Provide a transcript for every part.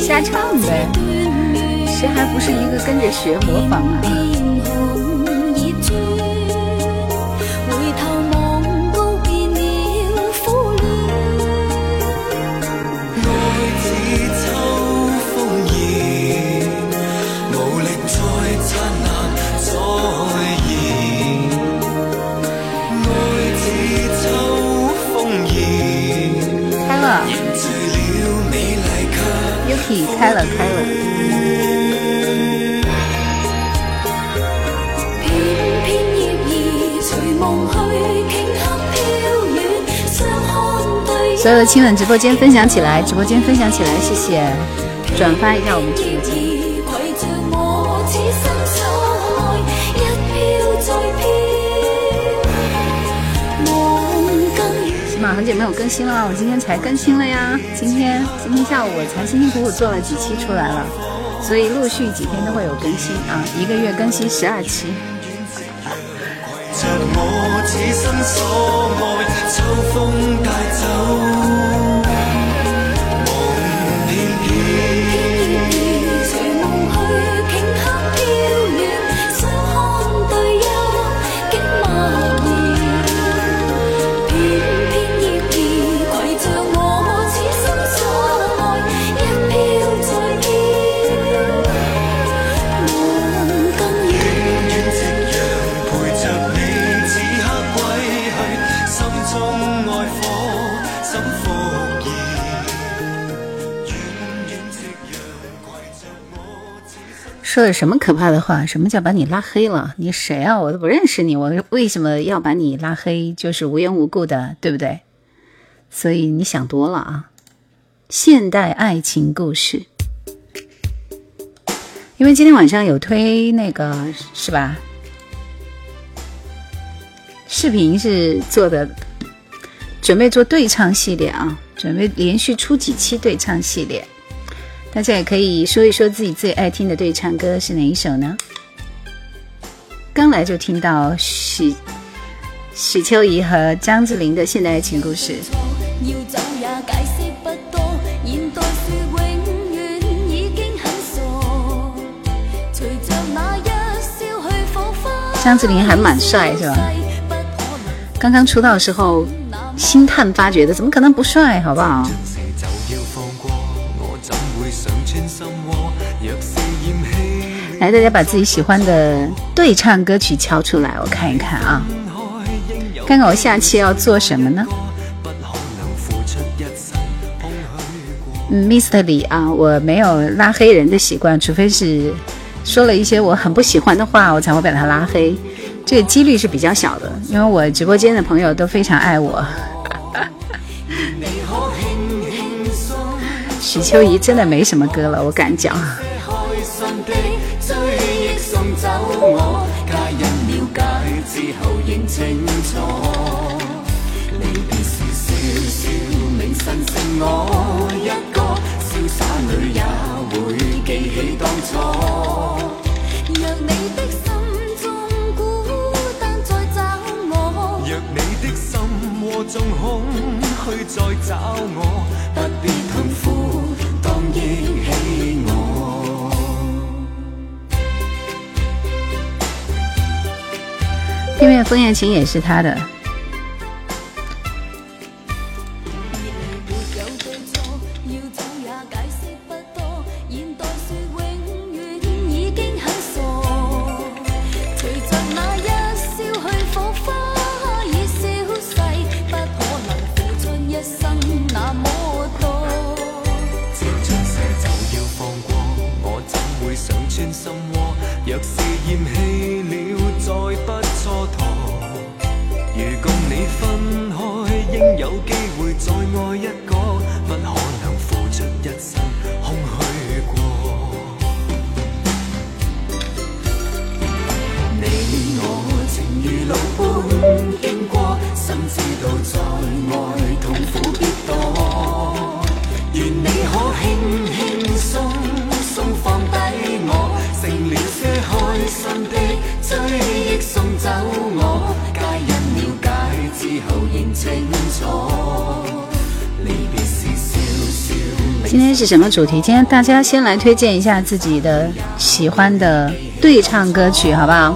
瞎唱呗，谁还不是一个跟着学模仿啊？开了开了，所有的亲吻直播间分享起来，直播间分享起来，谢谢，转发一下我们直播间。很久没有更新了，我今天才更新了呀！今天下午我才辛辛苦苦做了几期出来了，所以陆续几天都会有更新啊，一个月更新12期。说了什么可怕的话？什么叫把你拉黑了？你谁啊？我都不认识你，我为什么要把你拉黑？就是无缘无故的，对不对？所以你想多了啊。现代爱情故事，因为今天晚上有推那个是吧？视频是做的，准备做对唱系列啊，准备连续出几期对唱系列。大家也可以说一说自己最爱听的对唱歌是哪一首呢？刚来就听到许秋怡和张智霖的现代爱情故事。张智霖还蛮帅是吧？刚刚出道的时候星探发掘的，怎么可能不帅好不好？来，大家把自己喜欢的对唱歌曲敲出来，我看一看啊。看看我下期要做什么呢？Mr. 李啊，我没有拉黑人的习惯，除非是说了一些我很不喜欢的话，我才会把他拉黑。这个几率是比较小的，因为我直播间的朋友都非常爱我。许秋怡真的没什么歌了，我敢讲。纵空去再找我，不必痛苦，當憶起我。片面枫葉情也是他的。放低我，成了些開心的今天是什么主题？今天大家先来推荐一下自己的喜欢的对唱歌曲，好不好？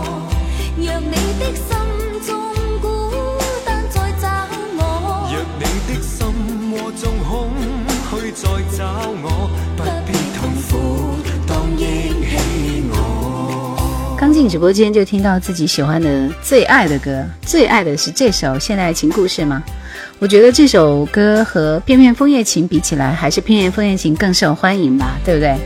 刚进直播间就听到自己喜欢的最爱的歌，最爱的是这首《现代爱情故事》吗？我觉得这首歌和《片片枫叶情》比起来，还是《片片枫叶情》更受欢迎吧，对不对？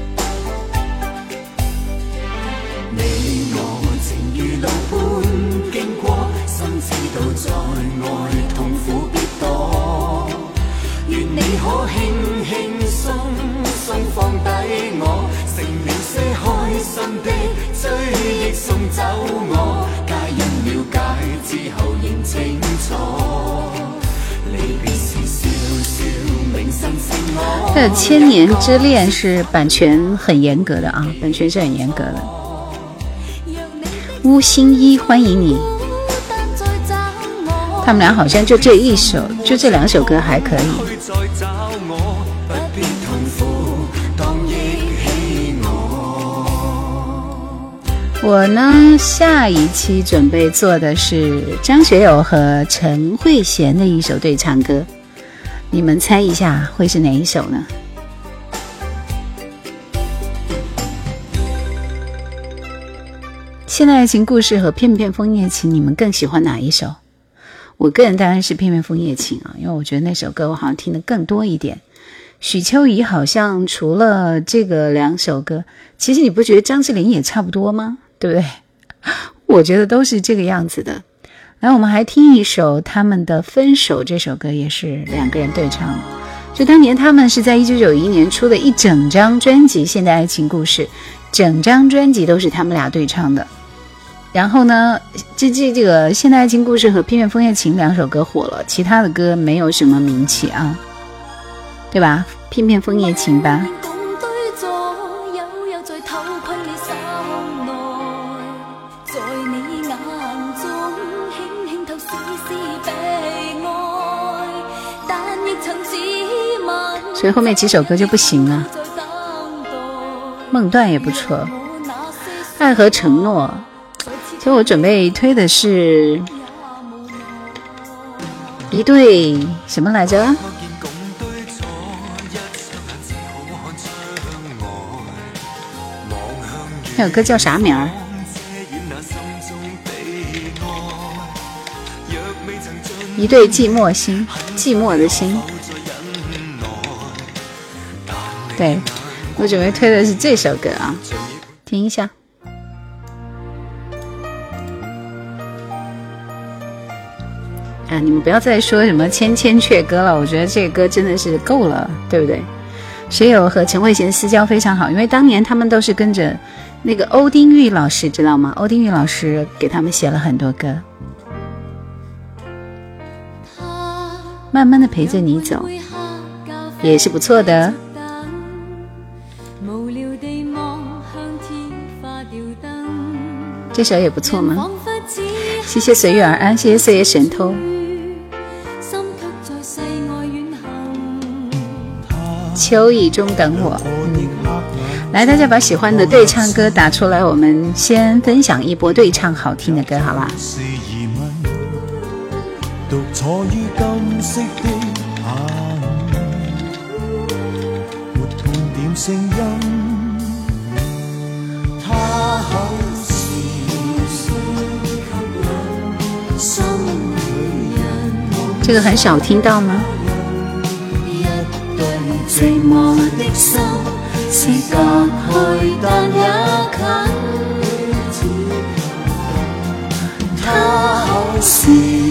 你我情如路般經過，心知道在愛痛苦必多，願你可輕輕鬆鬆放低我，成了些開心的追憶送走我，皆因了解之後認清楚。这《千年之戀》是版权很严格的啊，版权是很严格的。巫心一欢迎你，他们俩好像就这一首，就这两首歌还可以。我呢，下一期准备做的是张学友和陈慧娴的一首对唱歌，你们猜一下会是哪一首呢？现代爱情故事和片片枫叶情，你们更喜欢哪一首？我个人当然是片片枫叶情啊，因为我觉得那首歌我好像听得更多一点。许秋怡好像除了这个两首歌，其实你不觉得张智霖也差不多吗？对不对？我觉得都是这个样子的。来，我们还听一首他们的《分手》，这首歌也是两个人对唱的。就当年他们是在1991年出的一整张专辑《现代爱情故事》，整张专辑都是他们俩对唱的。然后呢，这个《现代爱情故事》和《片片枫叶情》两首歌火了，其他的歌没有什么名气啊，对吧？片片枫叶情吧。所以后面几首歌就不行了。梦断也不错，爱和承诺。其实我准备推的是一对什么来着？那首歌叫啥名儿？一对寂寞心，寂寞的心。对，我准备推的是这首歌啊，听一下。啊，你们不要再说什么千千阙歌了，我觉得这个歌真的是够了，对不对？学友和陈慧娴私交非常好，因为当年他们都是跟着那个欧丁玉老师，知道吗？欧丁玉老师给他们写了很多歌。慢慢的陪着你走，也是不错的。这首也不错吗？谢谢随遇而安，谢谢岁月神偷。秋意中等我。来，大家把喜欢的对唱歌打出来，我们先分享一波对唱好听的歌，好吧？獨坐於金色的下午，沒半點聲音。他口是心裏人，這個很少聽到嗎？一對寂寞的心是隔開但也近，他口是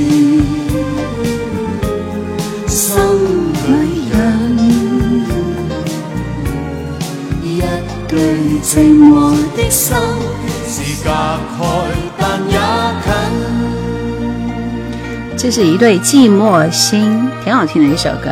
心裏人，一對寂寞的心是隔開但也近。這是一對寂寞心，挺好聽的一首歌。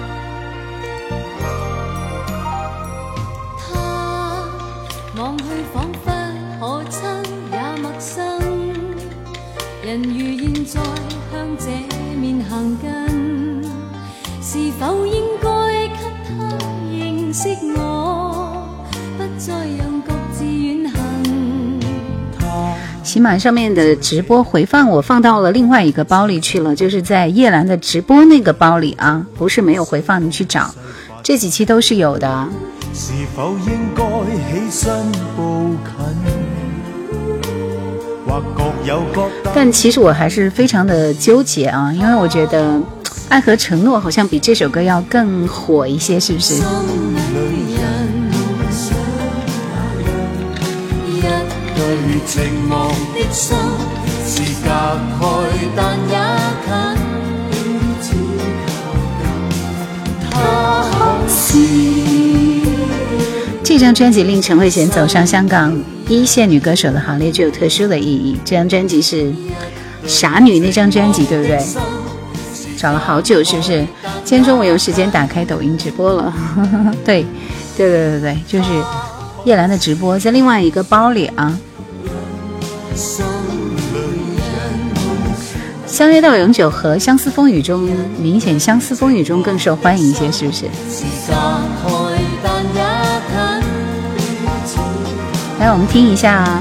他望去彷彿可親也陌生，人如現在向這面行近，是否應該給他認识我，不再让各自远行。 喜马上面的直播回放我放到了另外一个包里去了，就是在叶兰的直播那个包里啊，不是没有回放，你去找，这几期都是有的。 是否应该起身步近，或各有各的。 但其实我还是非常的纠结啊，因为我觉得爱和承诺好像比这首歌要更火一些，是不是？ 對寂寞的心是隔開，但也近，彼此靠近。他可是這張專輯令陳慧嫻走上香港一線女歌手的行列具有特殊的意義。這張專輯是傻女那張專輯，對不對？找了好久，是不是？今天中午有時間打開抖音直播了。對，就是葉蘭的直播在另外一個包裡啊。相約到永久和相思風雨中，明顯相思風雨中更受歡迎一些，是不是？來我們聽一下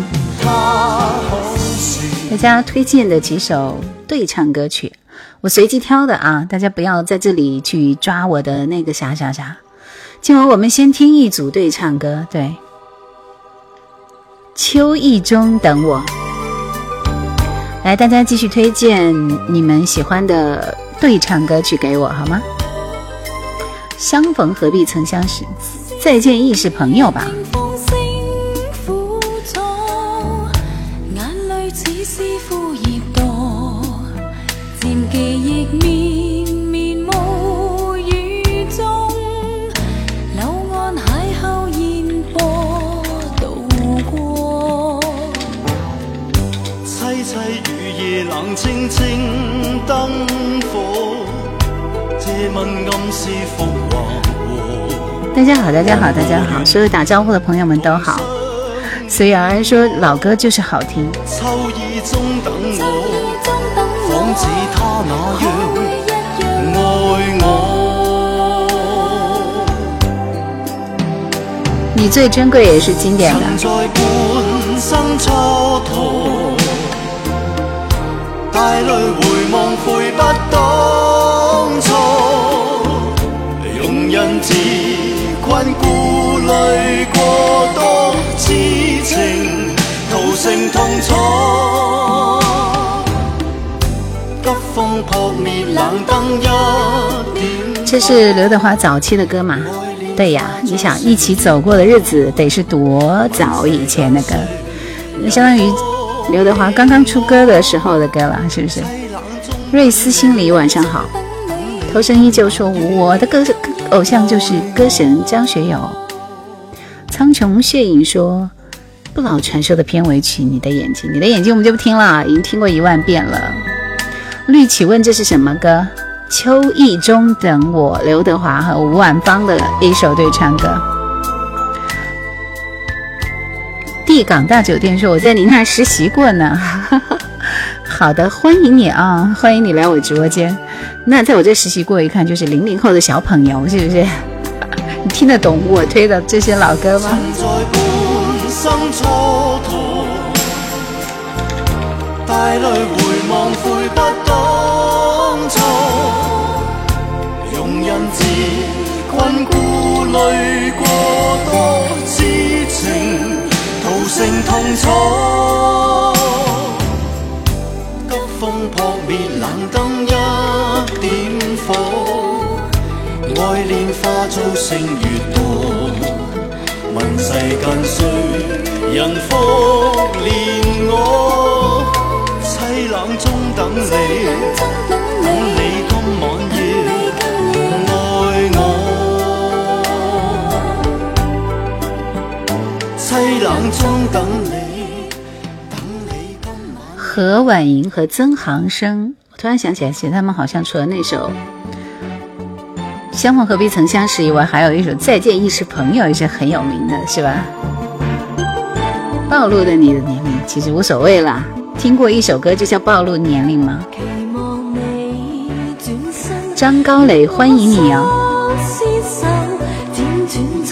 大家推薦的幾首對唱歌曲，我隨機挑的啊，大家不要在這裡去抓我的那個啥。今晚我們先聽一組對唱歌，對，秋意中等我。來，大家繼續推薦你們喜歡的對唱歌曲給我好嗎？相逢何必曾相識，再見亦是朋友吧。 冷清清燈火，借問暗是復還。 大家好，大家好，大家好，所有打招呼的朋友們都好。隨兒說老歌就是好聽。 秋意中等我，仿似他那樣愛我。 你最珍貴也是經典的。 曾在半生蹉跎，帶淚回望悔不當初，容忍自困顧慮過多，痴情陶成痛楚，急風撲滅冷燈一點。 這是劉德華早期的歌嘛？對呀，你想一起走過的日子得是多早以前的歌，相當於劉德華剛剛出歌的時候的歌了，是不是？瑞思心理晚上好，頭生依舊說我的偶像就是歌神張學友。蒼穹血影說不老傳說的片尾曲你的眼睛，你的眼睛我們就不聽了，已經聽過10000遍了。綠起問這是什麼歌？秋意中等我，劉德華和吳婉芳的一首對唱歌。地港大酒店說我在您那兒實習過呢。好的，歡迎你啊，歡迎你來我直播間。那在我這實習過一看就是00後的小朋友，是不是？你聽得懂我推的這些老歌嗎？ 在半生蹉跎，帶淚回望悔不當初，容忍自困顧慮過多，痴情陶成痛楚，急風撲滅冷燈一點火，愛戀花遭星月墮，問世間誰人復憐我，凄冷中等你，等你今晚夜愛我，凄冷中等你，等你今晚。 何婉莹和曾航生，我突然想起来，其實他們好像除了那首相逢何必曾相識以外，還有一首再見亦是朋友也是很有名的，是吧？暴露的你的年齡其實無所謂啦，聽過一首歌就叫暴露年齡嗎？張高磊歡迎你哦。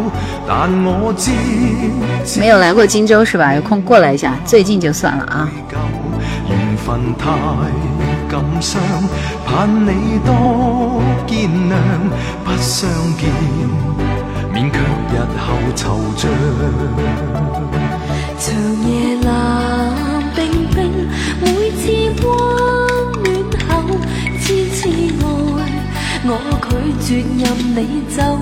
但我知没有来过荆州是吧？有空过来一下，最近就算了啊。 緣分太感傷，盼你多見諒，不相見，免卻日後惆悵。 長夜冷冰冰，每次溫暖後，痴痴愛，我拒絕任你走。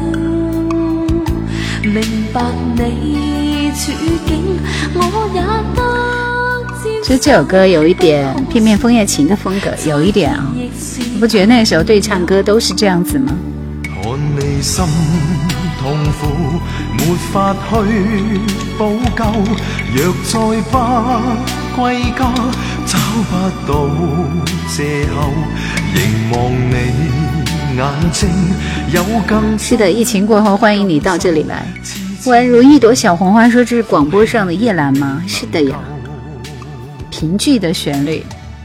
明白你處境，我也得接受。 其實這首歌有一點片面楓葉情的風格，有一點啊，你不覺得那時候對唱歌都是這樣子嗎？ 看你心痛苦，沒法去補救，若再不歸家，找不到藉口，凝望你眼睛有更。是的，疫情過後歡迎你到這裡來。宛如一朵小紅花說這是廣播上的夜闌嗎？是的呀，評劇的旋律。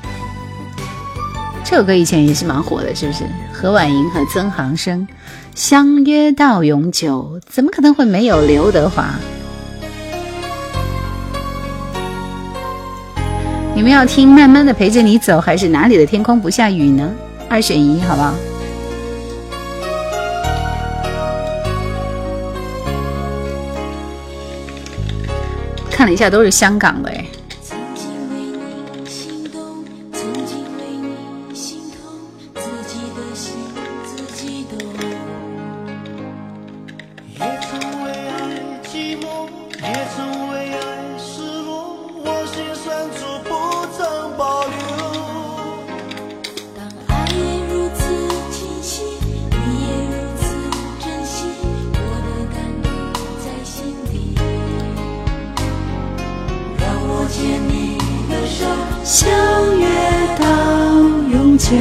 這首歌以前也是蠻火的，是不是？何婉瑩和曾航生相約到永久，怎麼可能會沒有劉德華？你們要聽慢慢的陪着你走，還是哪裡的天空不下雨呢？二選一好不好？看了一下都是香港的哎。相約到永久。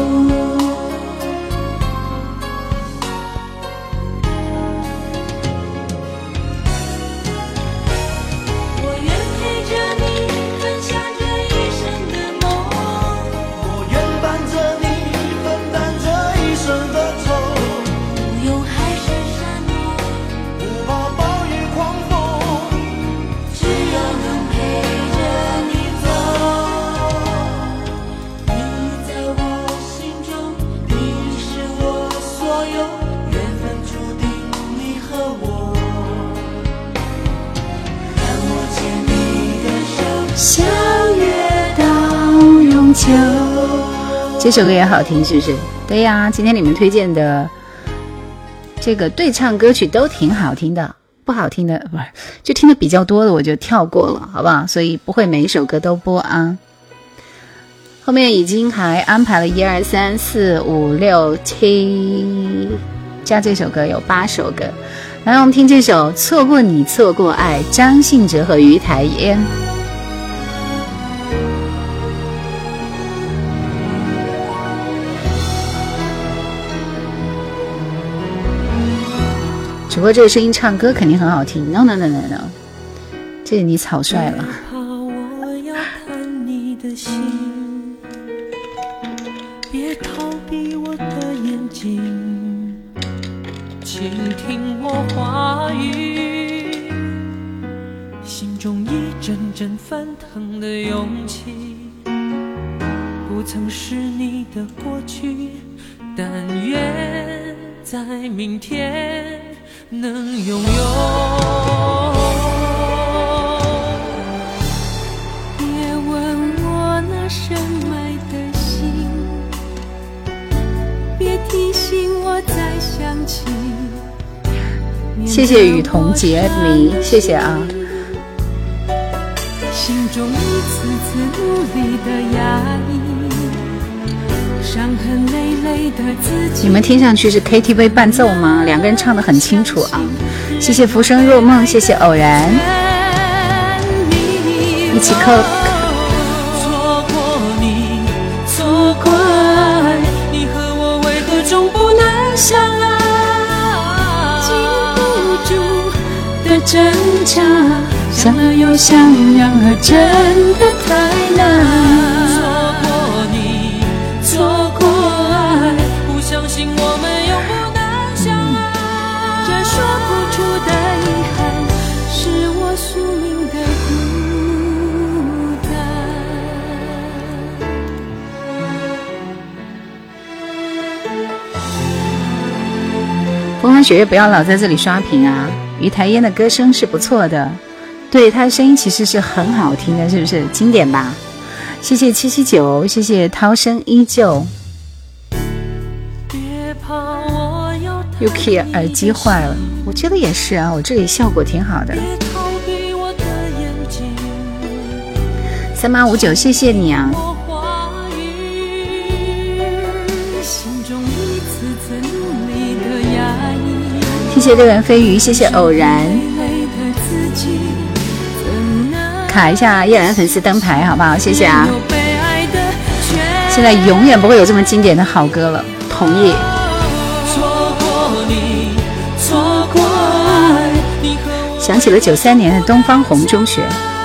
这首歌也好听是不是？对呀，今天你们推荐的这个对唱歌曲都挺好听的，不好听的不是就听的比较多的我就跳过了好不好？所以不会每一首歌都播啊。后面已经还安排了1、2、3、4、5、6、7，加这首歌有8首歌。来，我们听这首《错过你错过爱》，张信哲和于台烟。只不过这个声音唱歌肯定很好听 No， 这是你草率了。 别逃避我的眼睛，倾听我话语，心中一阵阵翻腾的勇气，不曾是你的过去，但愿在明天能拥有。别问我那深埋的心，别提醒我再想起。 谢谢雨桐杰迷，谢谢啊。 心中一次次努力的压抑，伤痕累累的自己。 你们听上去是 KTV 伴奏吗？两个人唱得很清楚啊。谢谢浮生若梦，谢谢偶然，一起扣。 错过你，错过爱，你和我为何终不能相爱？禁不住的挣扎，想了又想，然而真的太难。错过你，错过爱，不相信我们永不能相爱。这说不出的风花雪月不要老在这里刷屏啊！于台烟的歌声是不错的，对，他的声音其实是很好听的，是不是经典吧？谢谢779，谢谢涛声依旧。Yuki 耳机坏了，我觉得也是啊，我这里效果挺好的。3859，谢谢你啊！谢谢六人飞鱼，谢谢偶然。卡一下叶兰粉丝灯牌好不好？谢谢啊！现在永远不会有这么经典的好歌了，同意。想起了93年的东方红中学，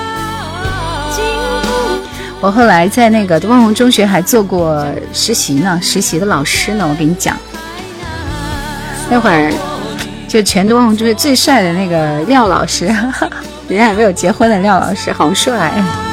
我后来在那个东方红中学还做过实习呢，实习的老师呢，我跟你讲，那会儿就全东方红中学最帅的那个廖老师，人家还没有结婚的廖老师，好帅。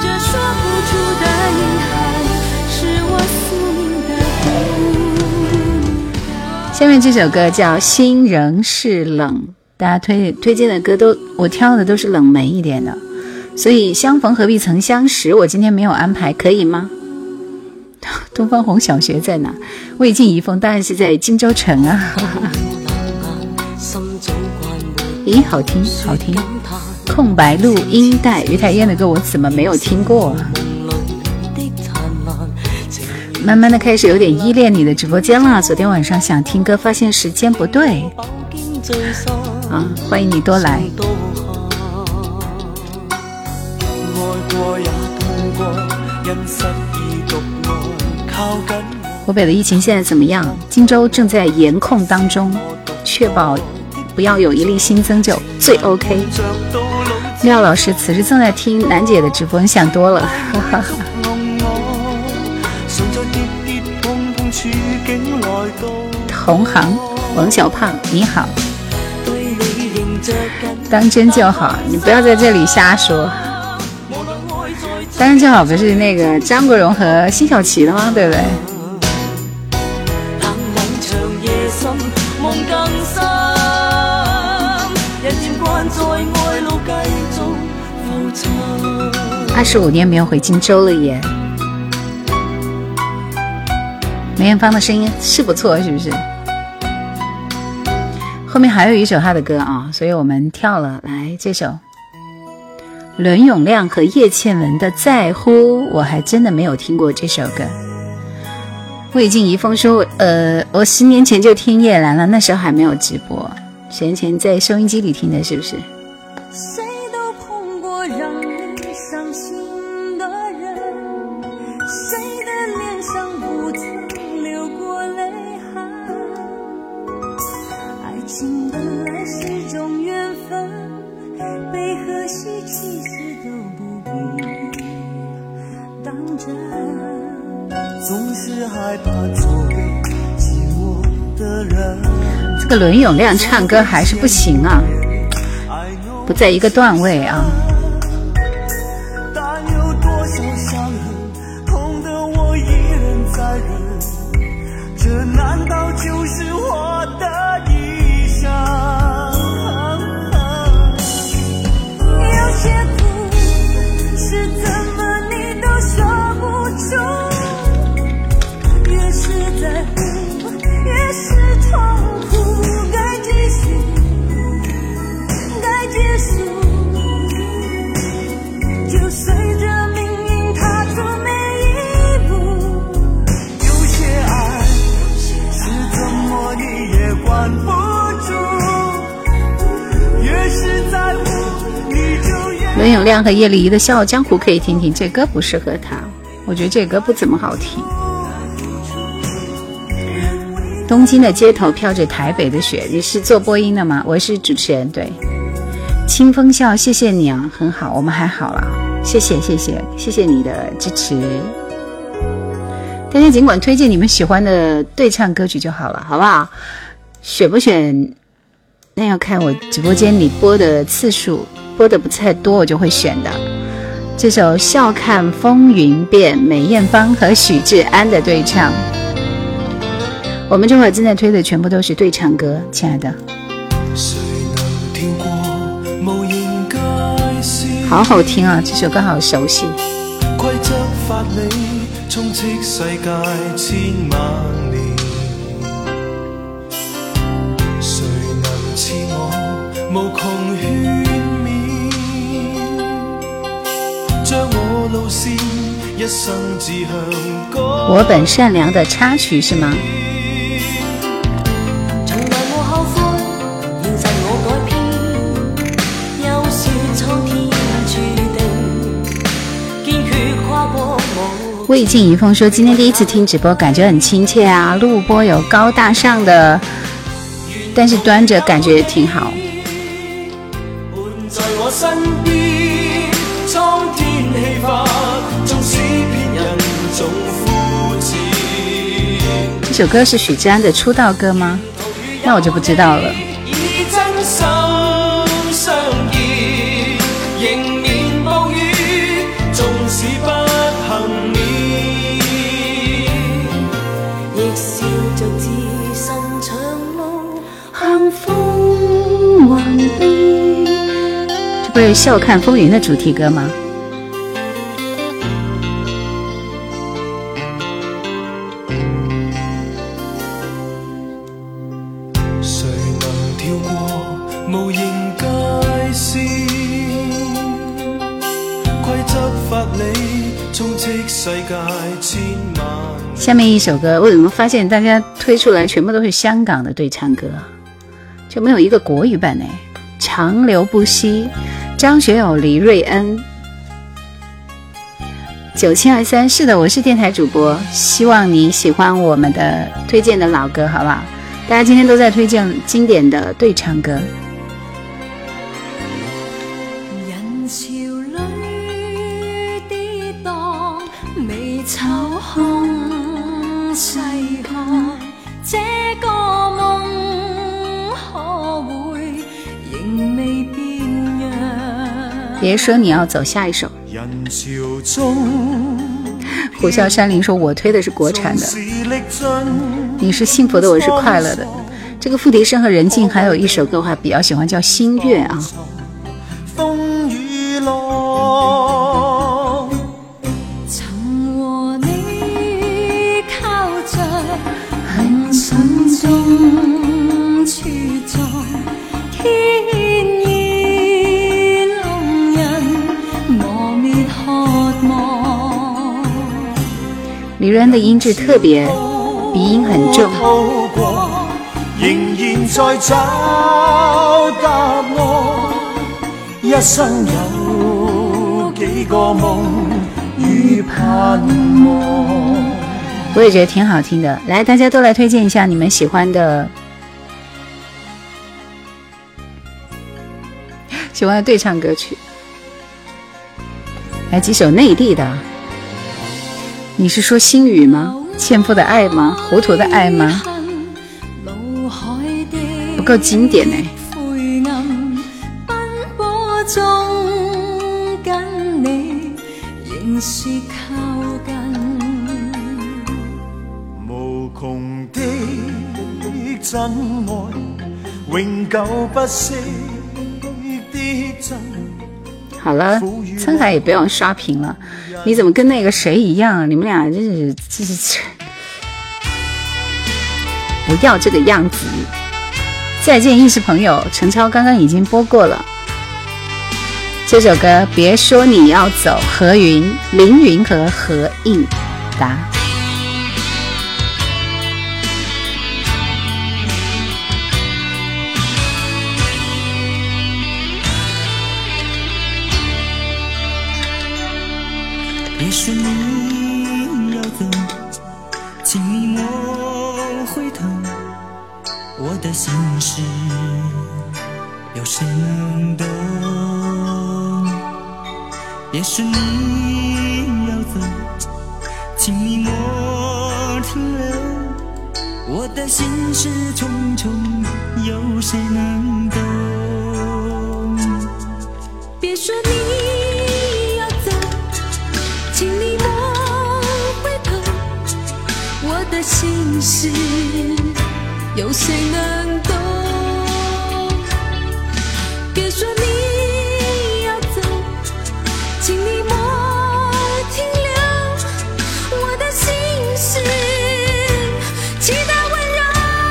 下面这首歌叫《心仍是冷》，大家推荐的歌都我挑的都是冷门一点的，所以相逢何必曾相识我今天没有安排，可以吗？东方红小学在哪？魏晋遗风当然是在荆州城啊。咦，好听好听。空白录音带，于台烟的歌我怎么没有听过？慢慢的开始有点依恋你的直播间了。昨天晚上想听歌，发现时间不对啊，欢迎你多来。湖北的疫情现在怎么样？荆州正在严控当中，确保不要有一例新增就最 OK。廖老师此时正在听楠姐的直播，你想多了。同行王小胖你好，当真就好，你不要在这里瞎说。当真就好不是那个张国荣和辛晓琪的吗？对不对？25年没有回荆州了耶。梅艳芳的声音是不错，是不是？后面还有一首他的歌啊，所以我们跳了。来，这首伦永亮和叶倩文的《在乎》，我还真的没有听过这首歌。魏晋遗风说，我10年前就听叶兰了，那时候还没有直播，10年前在收音机里听的，是不是？ 谁都碰过让你伤心的人，谁的脸上不曾流过泪痕，爱情本来是种缘分，悲和喜其实都不必当真，总是害怕做个寂寞的人。 这个伦永亮唱歌还是不行啊，不在一个段位啊。 但有多少伤痕，痛得我一人在忍，这难道就是我的一生？ 有些苦是怎么你都说不出，越是在乎越是痛苦，该继续该结束，就随着命运踏出每一步。 有些爱是怎么你也管不住，越是在乎你就越。 伦永亮和叶丽仪的《笑傲江湖》可以听听，这歌不适合他，我觉得这歌不怎么好听。东京的街头飘着台北的雪，你是做播音的吗？我是主持人，对。清风笑，谢谢你啊，很好，我们还好了，谢谢你的支持。大家尽管推荐你们喜欢的对唱歌曲就好了，好不好？选不选那要看我直播间里播的次数，播的不太多我就会选的。这首《笑看风云变》，梅艳芳和许志安的对唱。我们这会儿正在推的全部都是对唱歌，亲爱的。 好好听啊，这首歌好熟悉。 规则法理充斥世界千万年，谁能似我无穷劝勉，将我路线一生志向改。 我本善良的插曲是吗？ 从来冇后悔，现实我改变，又是苍天注定，坚决跨过无。 魏静怡峰说，今天第一次听直播，感觉很亲切啊，录播有高大上的，但是端着感觉挺好。 伴在我身边，苍天气化，纵使骗人总肤浅。 这首歌是许志安的出道歌吗？那我就不知道了。 以真心相見，迎面暴雨，縱使不幸免， 亦笑着自信長路向風雲飛。 这不是《笑看風雲》的主題歌嗎？ 誰能跳過無形界線？規則法理充斥世界千萬。 下面一首歌，我怎么发现大家推出来全部都是香港的对唱歌，就没有一个国语版呢？长流不息，张学友、黎瑞恩。9723，是的，我是电台主播，希望你喜欢我们的推荐的老歌，好不好？大家今天都在推荐经典的对唱歌。 人潮裏跌宕，微秋空細看，這個夢可會仍未變樣。 別說你要走，下一首。 人潮中， 虎啸山林說，我推的是國產的，你是幸福的，我是快樂的。這個付笛聲和任靜還有一首歌我還比較喜歡，叫《心月》啊。 風雨浪， 曾和你靠着紅塵中處在天意弄人磨滅渴望。 李瑞恩的音質特別，鼻音很重。 仍然在找答案，一生有幾個夢與盼望。 我也覺得挺好聽的，來，大家都來推薦一下你們喜歡的對唱歌曲，來幾首內地的。你是說心語嗎？欠父的愛嗎？糊塗的愛嗎？不夠經典呢。 無窮的真愛，永久不息的真。 好了，沧海也不要刷屏了，你怎么跟那个谁一样？你们俩真是不要这个样子。再见亦是朋友，陈超刚刚已经播过了。这首歌别说你要走，何云、凌云和何应达。 别说你要走，请你莫回头，我的心事有谁能懂？别说你要走，请你莫停留，我的心事重重，有谁能懂？ 别说你要走，请你莫回头，我的心事有谁能懂？ 别说你要走，请你莫停留我的心事，期待温柔。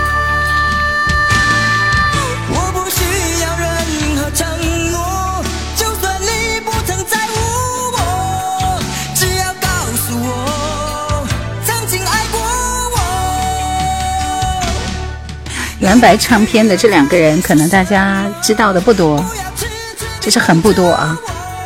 我不需要任何承诺，就算你不曾在乎我，只要告诉我曾经爱过我。 蓝白唱片的这两个人可能大家知道的不多，就是很不多啊。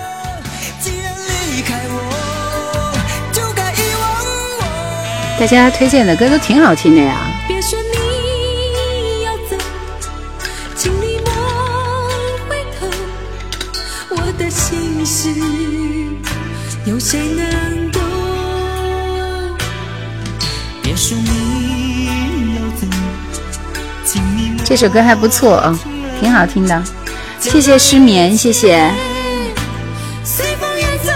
大家推荐的歌都挺好听的呀。 别说你要走，请你莫回头，我的心事有谁能懂？ 别说你要走，请你莫这首歌还不错啊，挺好听的。谢谢失眠，谢谢。 随风远走。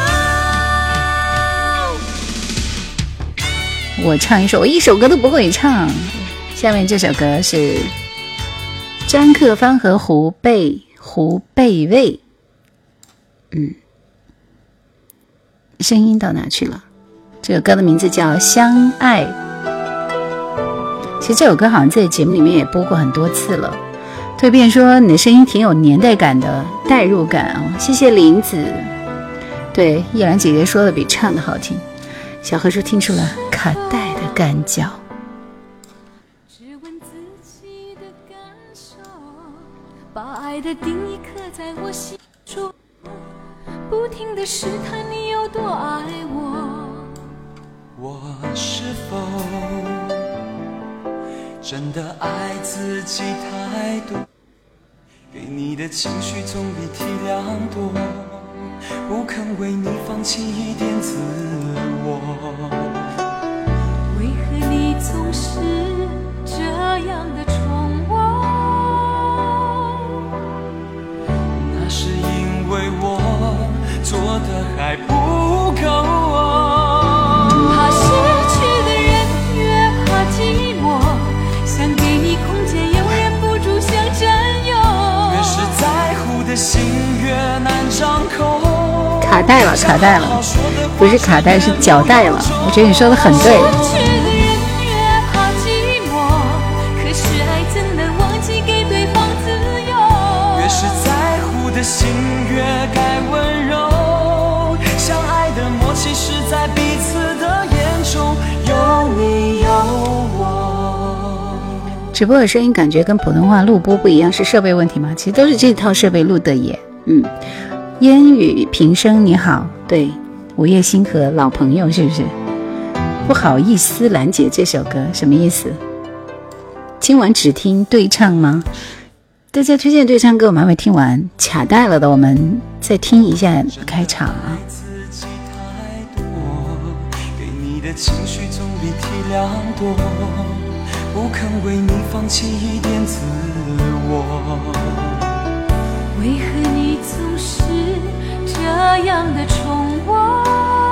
我唱一首，我一首歌都不会唱。下面这首歌是张克帆和胡贝卫，声音到哪去了？这首歌的名字叫《相爱》。其实这首歌好像在节目里面也播过很多次了。蜕变说你的声音挺有年代感的，代入感啊、谢谢林子。对，叶兰姐姐说的比唱的好听。小何说听出了卡带的感觉。 只问自己的感受，把爱的定义刻在我心中，不停地试探你有多爱我。 我是否真的爱自己太多？给你的情绪总比体谅多，不肯为你放弃一点自我。 为何你总是这样的宠我？ 那是因为我做的还不够怕失去的人越怕寂寞，想给你空间又忍不住想占有。 越是在乎的心越难张口。 卡带了，卡带了，不是卡带，是脚带了。我觉得你说的很对。 失去的人越怕寂寞，可是爱怎能忘记给对方自由？ 越是在乎的心越该温柔，相爱的默契是在彼此的眼中有你有我。 直播的声音感觉跟普通话录播不一样，是设备问题吗？其实都是这套设备录的耶。烟雨平生你好，对，午夜星河老朋友是不是？不好意思兰姐这首歌什么意思？今晚只听对唱吗？大家推荐对唱歌我们还没听完，卡带了的我们再听一下开场啊。 给你的情绪总比体谅多，不肯为你放弃一点自我。 为何你总是这样的宠我？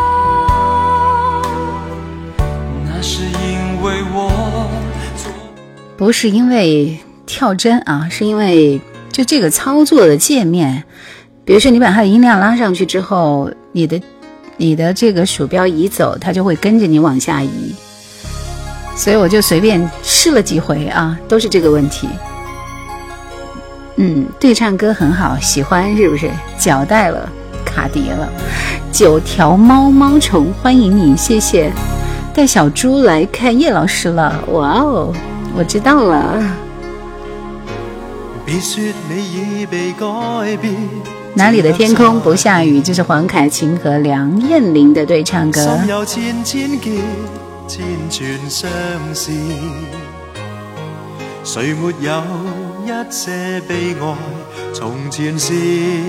那是因为我不是因为跳帧啊，是因为就这个操作的界面，比如说你把它的音量拉上去之后，你的这个鼠标移走，它就会跟着你往下移，所以我就随便试了几回啊，都是这个问题。对唱歌很好，喜欢是不是？脚带了，卡碟了。9条猫猫虫，欢迎你，谢谢。带小猪来看叶老师了，哇哦，我知道了。 别说你已被改变。 哪里的天空不下雨？这是黄凯芹和梁艳玲的对唱歌。 心有千千结，千串相思。谁没有一些悲哀？从前是。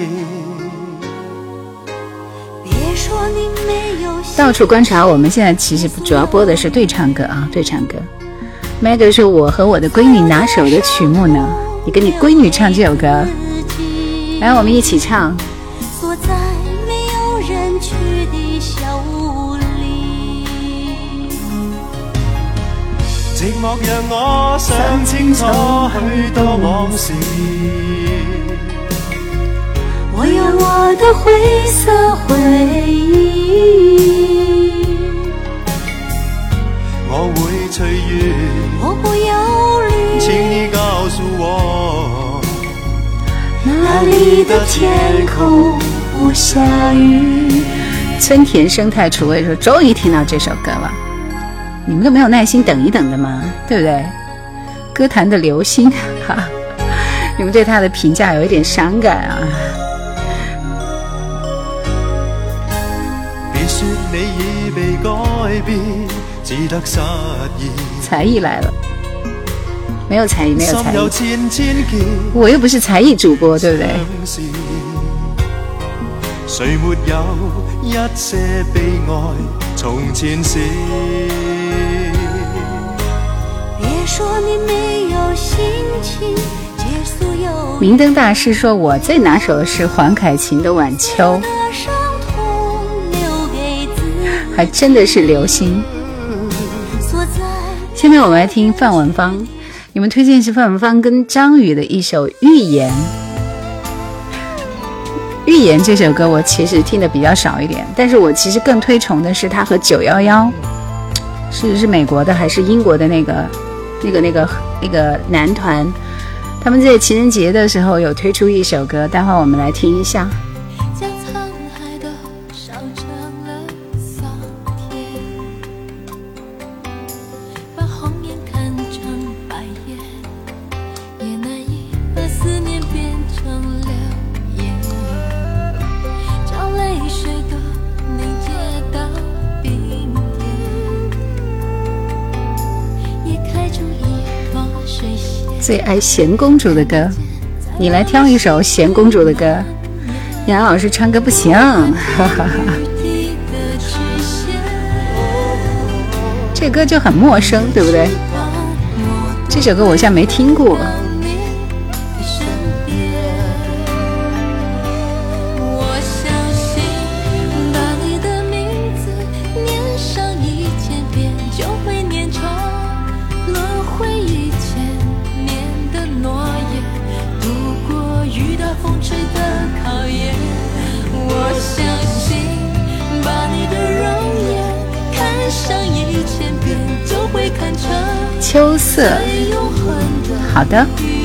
别说你没有到处观察，我们现在其实主要播的是对唱歌啊，对唱歌。Maggie 是我和我的闺女拿手的曲目呢，你跟你闺女唱这首歌，来，我们一起唱。 坐在没有人去的小屋里， 寂寞让我想清楚许多往事。 我有我的灰色回忆， 我會隨緣， 我不憂慮， 請你告訴我， 哪裡的天空不下雨。 村田生态楚卫说终于听到这首歌了，你们都没有耐心等一等的吗？对不对？歌坛的流星你们对他的评价有一点伤感啊。 別說你已被改變，只得失意。 才藝來了，沒有才藝，沒有才心有藝， 千千結， 我又不是才藝主播，對不對？ 相思誰沒有一些悲哀從前事？ 別說你沒有心情，借所有明燈大師說我最拿手的是黃凱芹的晚秋， 的傷痛留給自己。 還真的是流星。 所在下面我們來聽范文芳，你們推薦是范文芳跟張宇的一首《預言》。《預言》這首歌我其實聽的比較少一點，但是我其實更推崇的是他和911，是美國的還是英國的那個男團，他們在情人節的時候有推出一首歌，待會我們來聽一下。 將滄海都燒成了桑田，把紅顏看成白眼，也難以把思念變成流言，將淚水都凝結到冰點，也開出一朵水仙。 最愛賢公主的歌，你來挑一首賢公主的歌。杨老師唱歌不行，這歌就很陌生，對不對？這首歌我好像沒聽過。秋色，好的。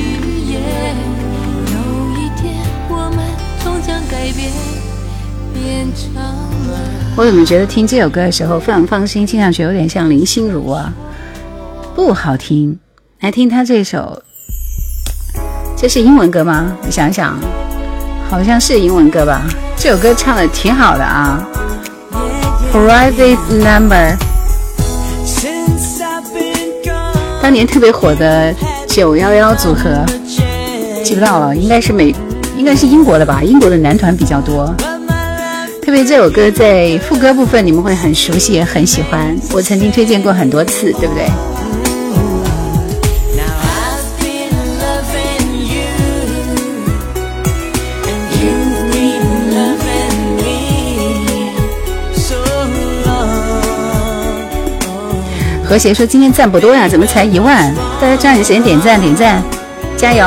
我怎麼覺得聽這首歌的時候非常放心，聽上去有點像林心如啊，不好聽。來聽他這首，這是英文歌嗎？你想想，好像是英文歌吧。這首歌唱得挺好的啊。Private Number， 當年特別火的911組合，記不到了，應該是英國的吧，英國的男團比較多。特別這首歌在副歌部分你們會很熟悉也很喜歡，我曾經推薦過很多次，對不對？和諧說今天讚不多呀，怎麼才1萬？大家抓緊時間點讚點讚，加油！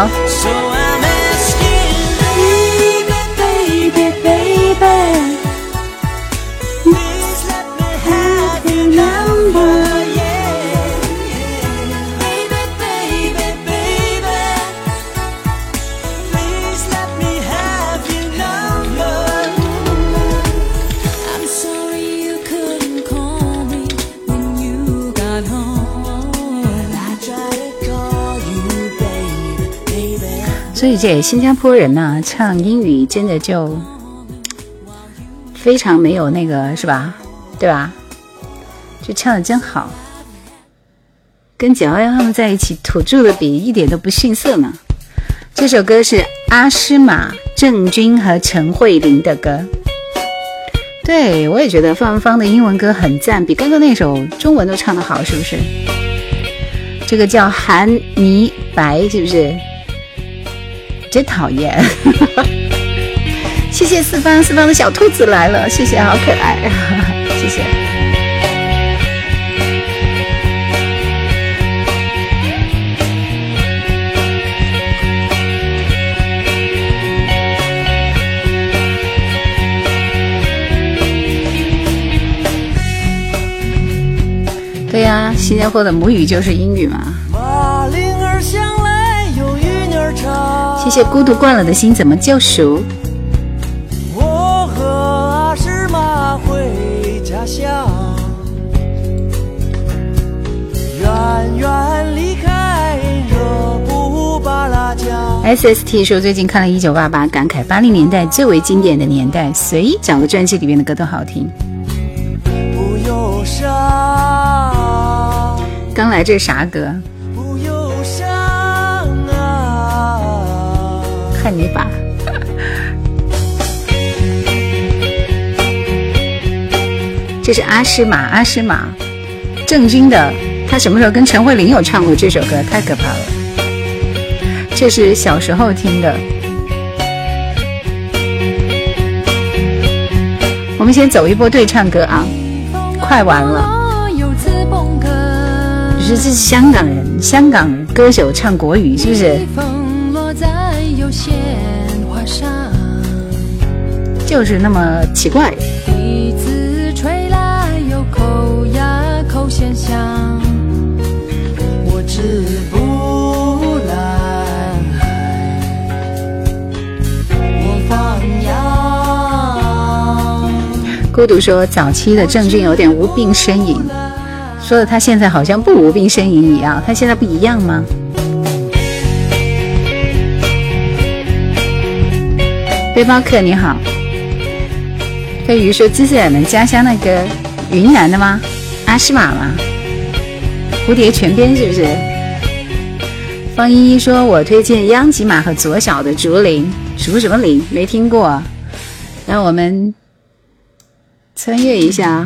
所以这新加坡人呢，唱英语真的就非常没有那个，是吧？对吧？就唱得真好，跟911他们在一起土著的比一点都不逊色呢。这首歌是阿诗玛、郑钧和陈慧琳的歌。对，我也觉得范文芳的英文歌很赞，比刚刚那首中文都唱得好，是不是？这个叫韩泥白，是不是？真讨厌。谢谢四方的小兔子来了，谢谢，好可爱，谢谢。 新加坡的母语就是英语嘛。 马铃儿响来有雨儿唱， 谢谢孤独惯了的心怎么救赎。 我和阿诗玛回家乡，远远离开热布巴拉江。 SST 说最近看了1988，感慨80年代最为经典的年代，随意找个专辑里面的歌都好听。 不忧伤， 刚来这啥歌？ 不忧伤啊！ 看你把。这是阿诗玛，阿诗玛，郑钧的。他什么时候跟陈慧琳有唱过这首歌？太可怕了。这是小时候听的。我们先走一波对唱歌啊，快完了。这是香港人，香港歌手唱国语，是不是？就是那么奇怪。 笛子吹来有口呀口弦响，我止步南海，我放羊。 孤独说早期的郑钧有点无病呻吟，说的他现在好像不无病呻吟一样，他现在不一样吗？背包客你好。飞鱼说：“知识人们家乡那个云南的吗？阿诗玛吗？蝴蝶泉边是不是？”方依依说：“我推荐央吉玛和左小的竹林，竹什么林？没听过。让我们穿越一下。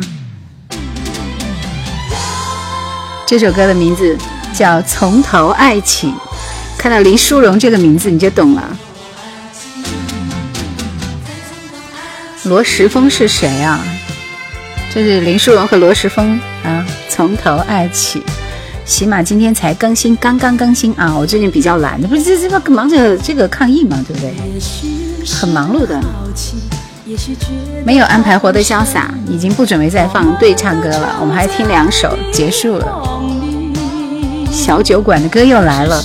这首歌的名字叫《从头爱起》，看到林淑荣这个名字你就懂了。”罗时丰是谁啊？这是林淑荣和罗时丰啊，从头爱起。喜马今天才更新，刚刚更新啊！我最近比较懒，不是这忙着这个抗疫嘛，对不对？很忙碌的。没有安排活得潇洒，已经不准备再放对唱歌了，我们还听2首结束了。小酒馆的歌又来了。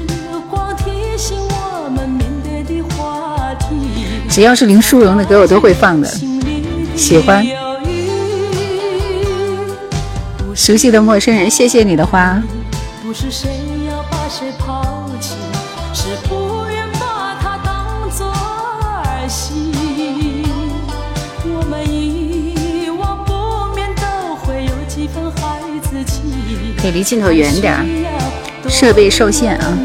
只要是林淑荣的歌我都会放的，喜欢。熟悉的陌生人，谢谢你的花。不是谁要把谁抛弃，是不愿把它当作儿戏。我们遗忘不免都会有几分孩子气。可以离镜头远点，设备受限啊。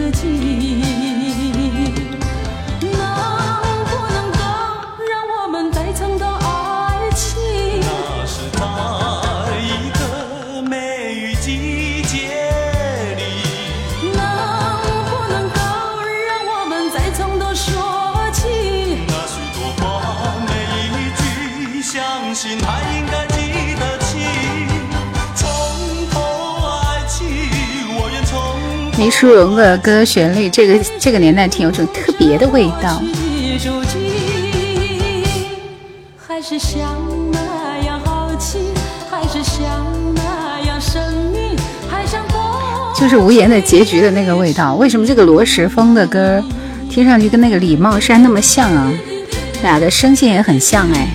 林淑荣的歌旋律，这个年代听有种特别的味道。还是像那样好奇，还是像那样神秘，还像就是无言的结局的那个味道。为什么这个罗时丰的歌听上去跟那个李茂山那么像啊？俩的声线也很像哎。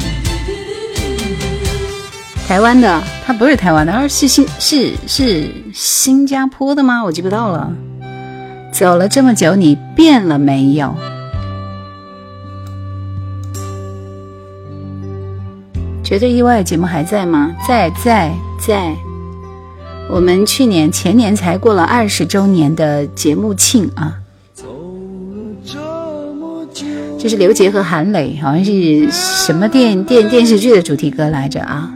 台湾的，他不是台湾的，而是新加坡的吗？我记不到了。走了这么久，你变了没有？绝对意外节目还在吗？在。我们前年才过了20周年的节目庆啊。这是刘杰和韩磊，好像是什么电视剧的主题歌来着啊？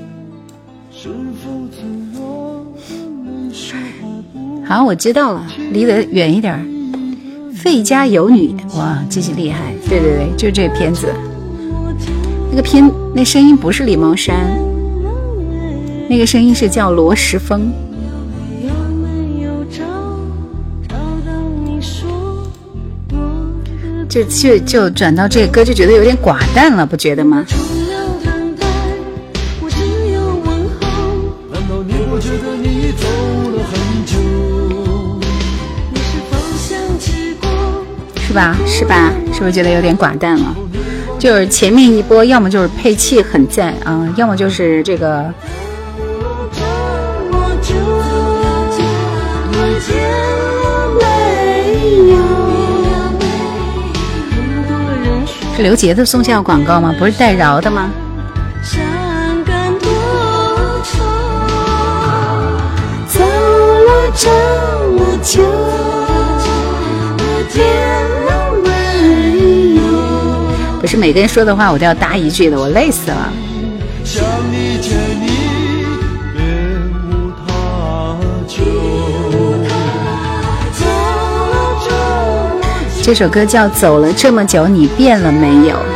好，我知道了，离得远一点。费家有女，哇，这是厉害！对，就这片子，那声音不是李茂山，那个声音是叫罗时丰。就转到这个歌，就觉得有点寡淡了，不觉得吗？ 吧？是吧？是不是觉得有点寡淡了？就是前面一波，要么就是配器很赞啊，要么就是这个。是刘杰的送孝广告吗？不是戴娆的吗？走了这么久，不是每个人说的话我都要搭一句的，我累死了。想你见你别无他求。这首歌叫《走了这么久你变了没有》。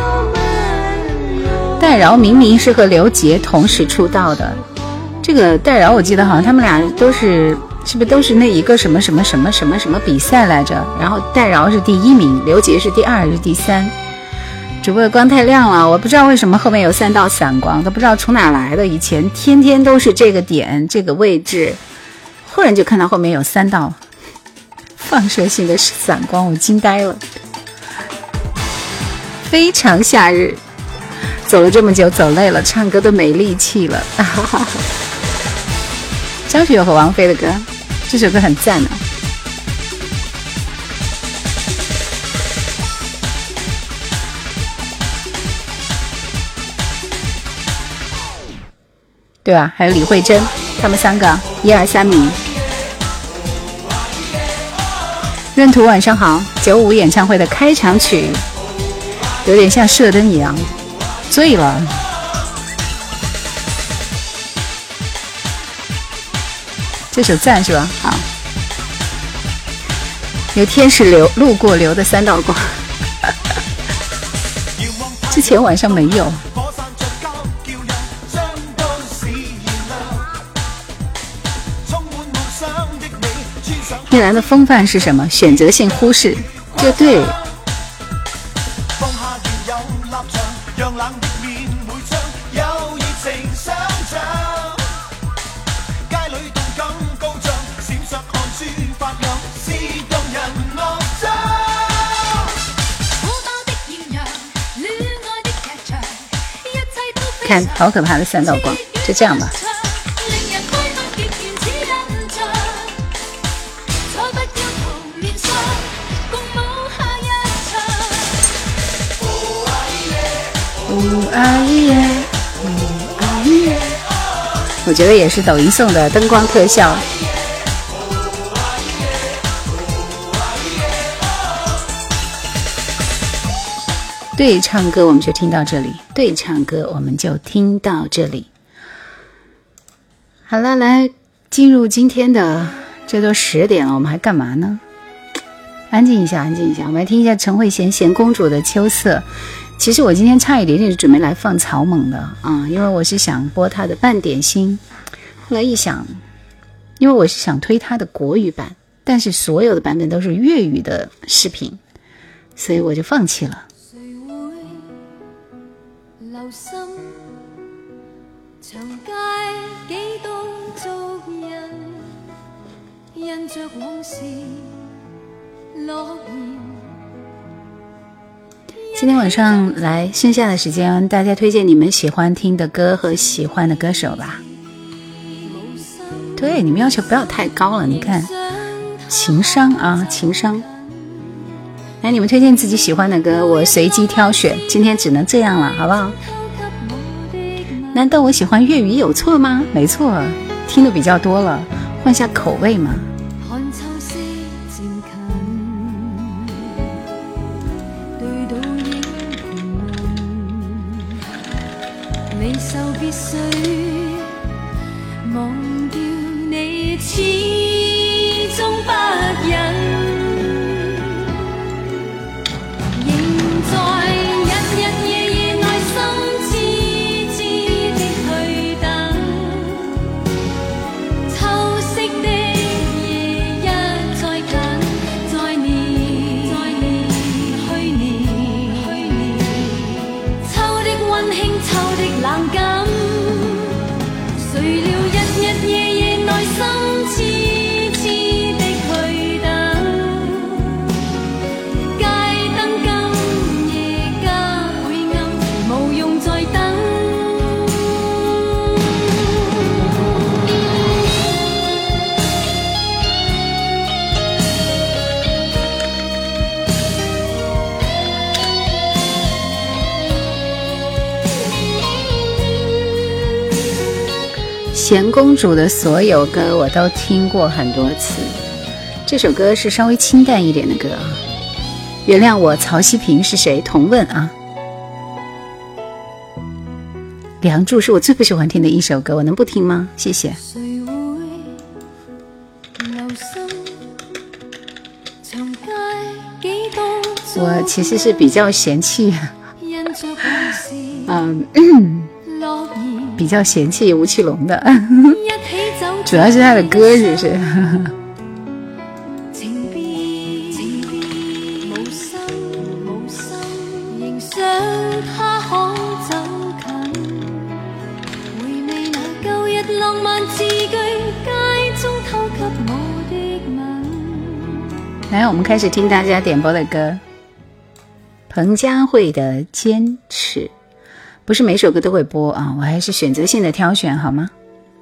戴娆明明是和刘杰同时出道的，这个戴娆我记得好像他们俩都是不是都是那一个什么什么什么什么什么比赛来着，然后戴娆是第1名，刘杰是第2还是第3。主播的光太亮了，我不知道为什么后面有3道散光，都不知道从哪来的，以前天天都是这个点这个位置，忽然就看到后面有3道放射性的散光，我惊呆了。非常夏日，走了这么久走累了，唱歌都没力气了。张学友和王菲的歌，这首歌很赞啊。对吧？还有李慧珍，他们3个1、2、3名。闰土晚上好，95演唱会的开场曲有点像射灯一样，醉了。这首赞是吧？好，有天使流路过流的3道光，之前晚上没有。叶兰的风范是什么？选择性忽视，就对。看，好可怕的3道光，就这样吧。我觉得也是抖音送的灯光特效。对唱歌我们就听到这里，对唱歌我们就听到这里。好了，来进入今天的，这都10点了，我们还干嘛呢？安静一下，安静一下，我们来听一下陈慧娴《贤公主的秋色》。其实我今天差一点点准备来放草蜢的啊，因为我是想播他的半点心，后来一想，因为我是想推他的国语版，但是所有的版本都是粤语的视频，所以我就放弃了。谁會留心長街幾多足印，印着往事落葉。今天晚上来剩下的时间，大家推荐你们喜欢听的歌和喜欢的歌手吧。对，你们要求不要太高了，你看情商啊，情商。来，你们推荐自己喜欢的歌，我随机挑选，今天只能这样了，好不好？难道我喜欢粤语有错吗？没错，听的比较多了，换下口味嘛。必須忘掉你，始終不忍，仍在日日夜夜內心痴痴的去等，秋色的夜一再近，再年去年，秋的溫馨，秋的冷感。 贤公主的所有歌我都听过很多次，这首歌是稍微清淡一点的歌啊。原谅我，曹希平是谁？同问啊。梁祝是我最不喜欢听的一首歌，我能不听吗？谢谢。我其实是比较嫌弃比较嫌弃吴奇隆的主要是他的歌是不是来，我们开始听大家点播的歌。彭佳慧的《坚持》，不是每首歌都会播啊，我还是选择性的挑选好吗？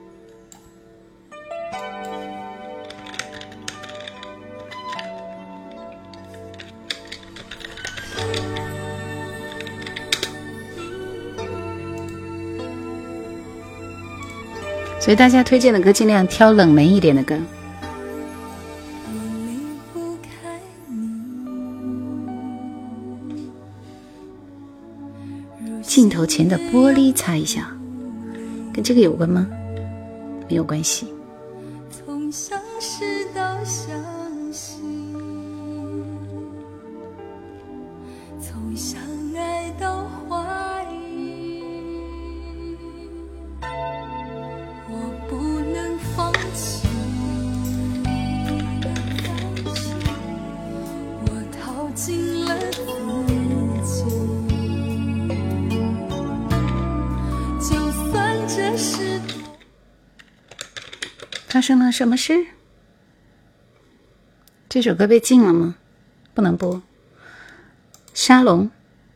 所以大家推荐的歌尽量挑冷门一点的歌。镜头前的玻璃擦一下，跟这个有关吗？没有关系。从相识到相信，从相爱到怀疑，我不能放弃，我逃进了自己。发生了什么事？这首歌被禁了吗？不能播。沙龙。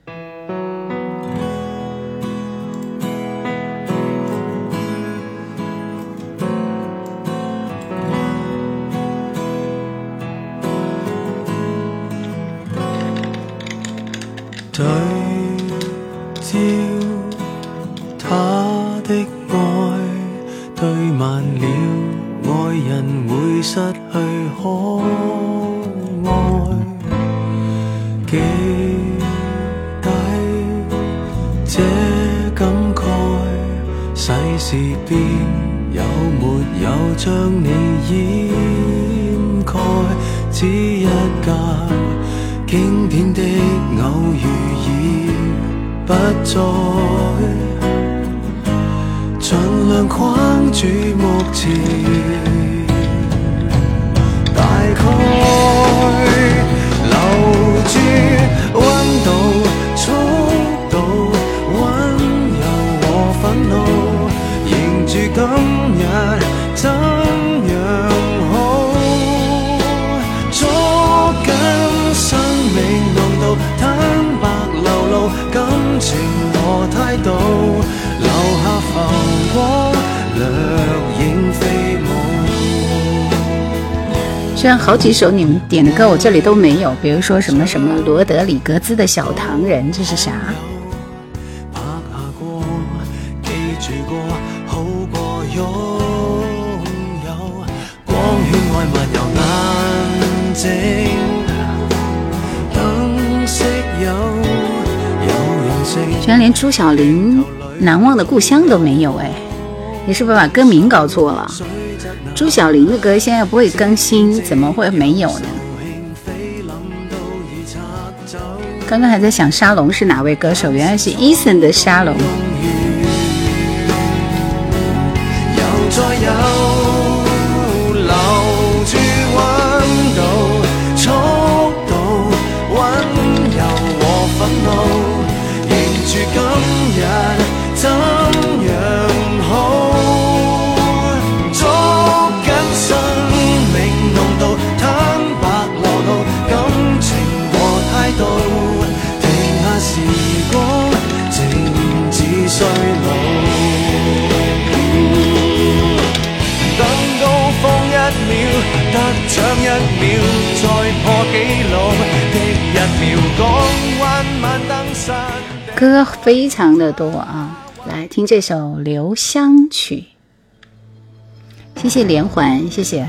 對焦他的愛對慢了，愛人會失去可愛，記低這感慨，世事變有沒有將你掩蓋，只一架經典的偶遇已不再，盡量框住目前，大概留住溫度、速度、溫柔和憤怒，迎住今日怎樣好，捉緊生命濃度，坦白流露感情和態度，留下浮光掠影飛舞。 虽然好幾首你們點的歌我這裡都沒有，比如說什麼什麼羅德里格茲的小唐人，這是啥？ 拍下過，記住過，好過擁有，光圈愛漫遊眼睛，燈色有人性。 居然連朱曉玲難忘的故鄉都沒有哎，你是不是把歌名搞錯了？朱曉玲的歌現在不會更新，怎麼會沒有呢？剛剛還在想沙龍是哪位歌手，原來是 Eason 的沙龍。歌非常的多啊，来听这首《留香曲》。 谢谢连环，谢谢。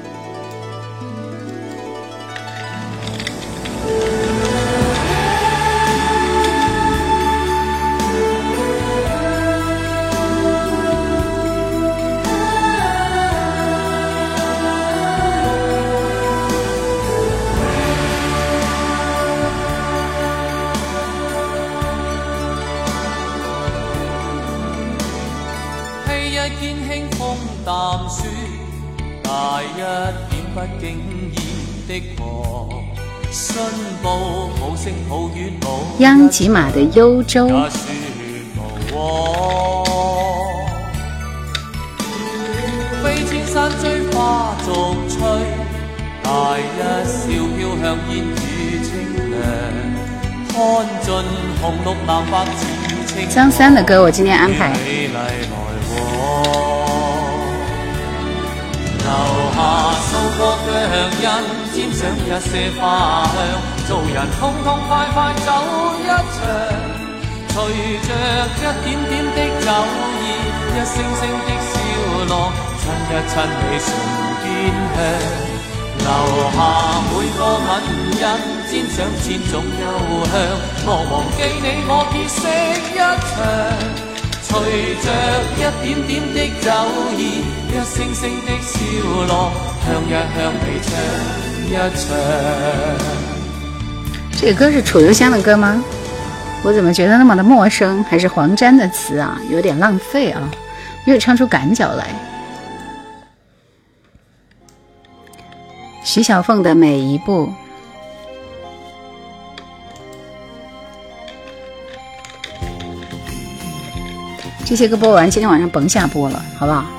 央吉玛的幽州， 飞千山追花逐翠，大一笑飘向煙雨清涼，看盡紅綠藍白似青。 張三的歌我今天安排。 留下數個腳印，沾上一些花香，做人痛痛快快走一場，隨着一點點的酒意，一聲聲的笑樂，親一親你唇邊香，留下每個吻印，沾上千種幽香，莫忘記你我結識一場。隨着一點點的酒意，一聲聲的笑樂，向一向你唱一唱。 这个歌是楚留香的歌吗？我怎么觉得那么的陌生？还是黄沾的词啊，有点浪费啊，没有唱出感脚来。徐小凤的每一步。这些歌播完，今天晚上甭下播了，好不好？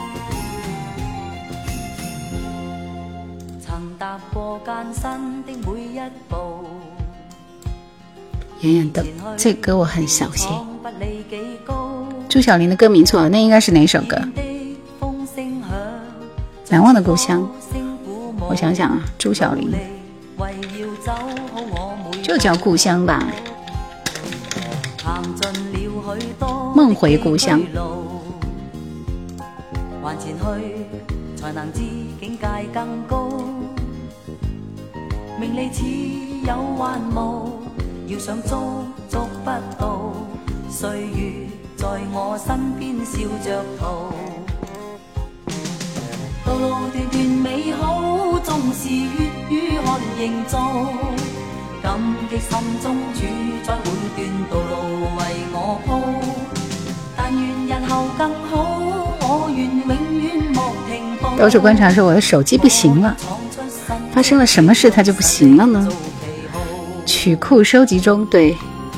远远的，这歌我很熟悉。朱晓玲的歌名错了，那应该是哪首歌？难忘的故乡。我想想啊，朱晓玲就叫故乡吧。梦回故乡，還前去才能知境界更高，名利似有還無，要想捉捉不到，歲月在我身邊笑着逃，道路段段美好，縱是血與汗營造，感激心中主宰每段道路為我鋪。到处观察说我的手机不行了，发生了什么事它就不行了呢？曲库收集中，对，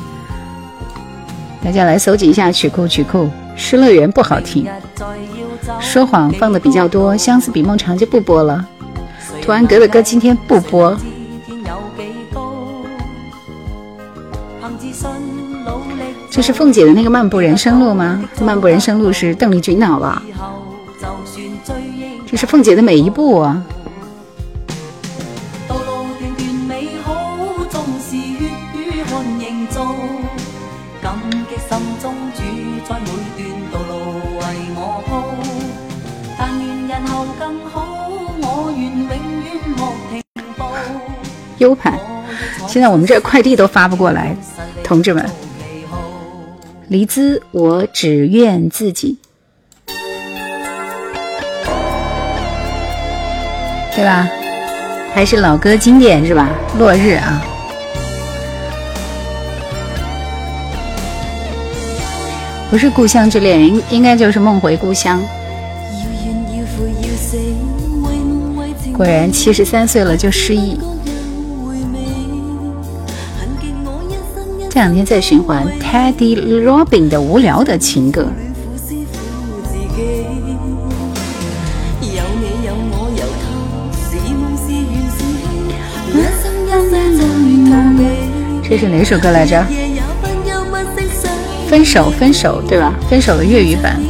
大家来搜集一下曲库。失乐园不好听，说谎放的比较多，相思比梦长就不播了，图安格的歌今天不播。这是凤姐的那个漫步人生路吗？漫步人生路是邓丽君的好不好？这是凤姐的每一步啊。道路段段美好，縱是血與汗營造，感激心中主宰每段道路為我鋪，但願日後更好，我願永遠莫停步。U 盤，現在我們這快遞都發不過來，同志們。黎姿，我只願自己，对吧？还是老歌经典是吧？落日啊，不是故乡之恋，应该就是梦回故乡。果然73岁了就失忆。这两天在循环 Teddy Robin 的无聊的情歌。这是哪首歌来着？分手分手对吧？分手的粤语版。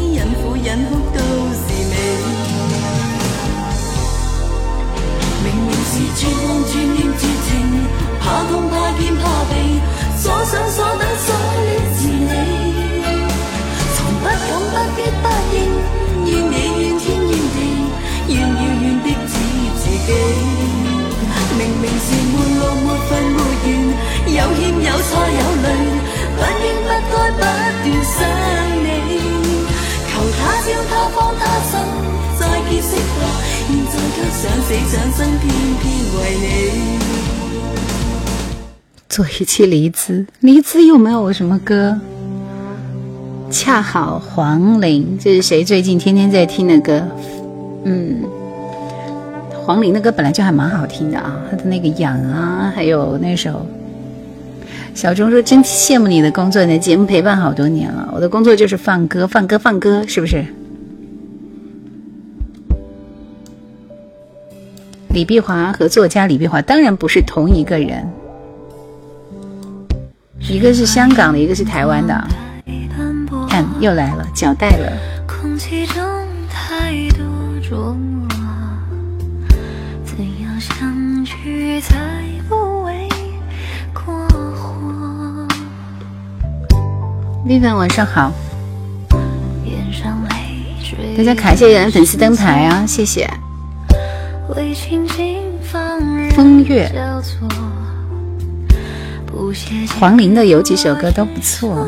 明是沒落沒分沒完，有險有錯有淚，不應不該不斷想你，求他朝他方他生再結識吧，現在卻想死想生偏偏為你。 做一期黎姿，黎姿又没有什么歌。恰好黄龄，这是谁最近天天在听的歌？黄龄的歌本来就还蛮好听的啊，她的那个痒啊，还有那首。小钟说真羡慕你的工作，你的节目陪伴好多年了，我的工作就是放歌放歌放歌，是不是？李碧华和作家李碧华当然不是同一个人，一个是香港的，一个是台湾的。看又来了，脚带了。空气中太多琢磨，怎样相聚才不为过火。丽芬晚上好，大家卡一下人粉丝灯牌啊，谢谢。风月黄龄的有几首歌都不错，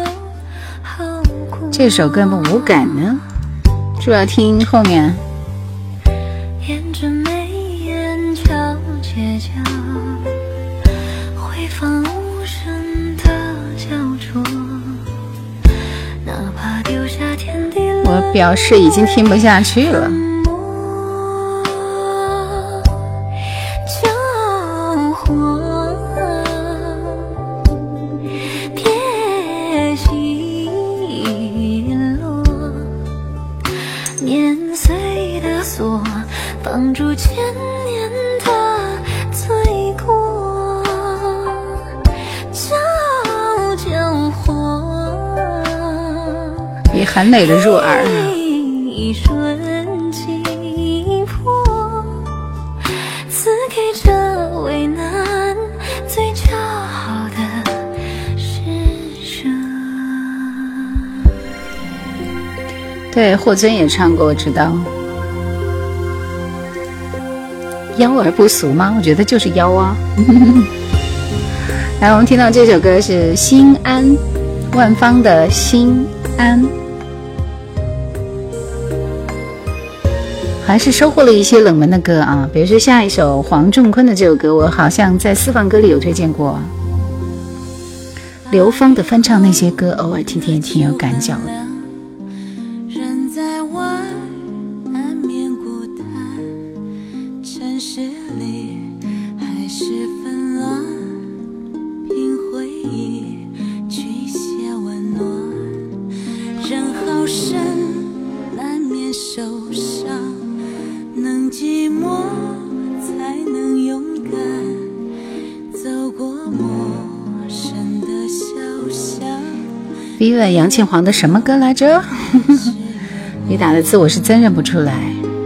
这首歌不无感呢，就要听后面。沿着眉眼瞧街角，回放无声的焦灼，哪怕丢下天地。我表示已经听不下去了。绑住千年的罪过，交交火，比韩磊的入耳。一瞬即破，赐给这为难最骄傲的使者。对，霍尊也唱过，我知道。妖而不俗吗？我觉得就是妖啊。来，我们听到这首歌是心安，万芳的心安，还是收获了一些冷门的歌啊，比如说下一首黄仲坤的这首歌，我好像在私房歌里有推荐过。刘芳的翻唱那些歌，偶尔听听也挺有感脚的。逼问杨倩黄的什么歌来着？你打的字我是真认不出来。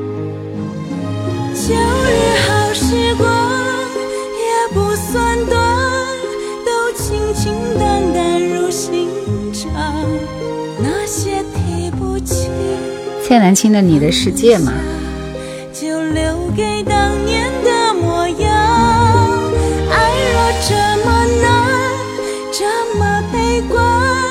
旧日好时光也不算短，都清清淡淡如心肠，那些提不起。蔡澜清的你的世界嘛，就留给当年的模样。爱若这么难，这么悲观，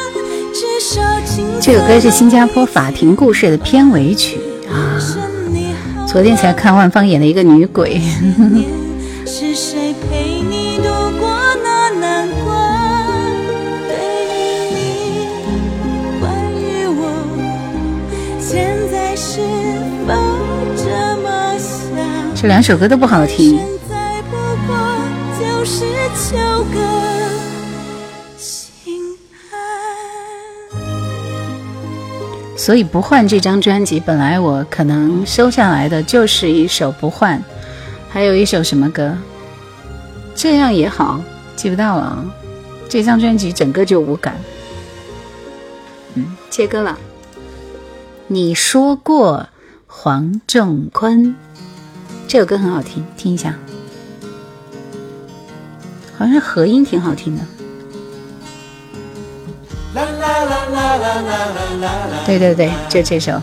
这首歌是新加坡法庭故事的片尾曲啊！昨天才看万芳演的一个女鬼。是谁陪你度过那难关？对于你，关于我，现在是否这么想？这两首歌都不好听。现在不过就是求个。所以不换这张专辑本来我可能收下来的就是一首不换，还有一首什么歌这样也好，记不到了啊。这张专辑整个就无感。切歌了。你说过黄仲坤，这首歌很好听，听一下，好像是和音挺好听的。对对对，就这首。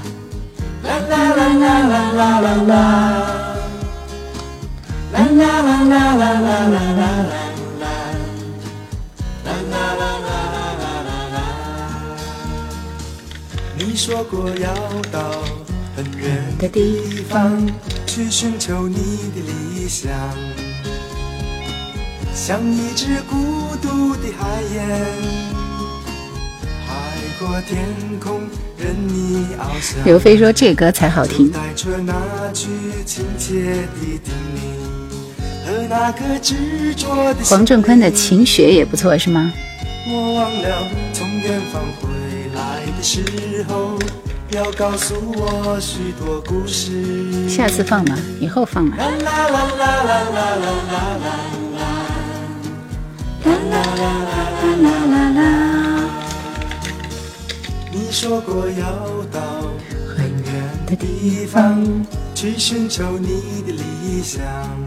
你说过要到很远的地方去寻求你的理想，像一只孤独的海燕，海阔天空任你翱翔。 刘飞说这歌才好听。 带着那句亲切的叮咛和那个执着的黄正坤的晴雪也不错是吗？ 我忘了从远方回来的时候要告诉我许多故事。 下次放吧，以后放吧。 你说过要到很远的地方去寻求你的理想。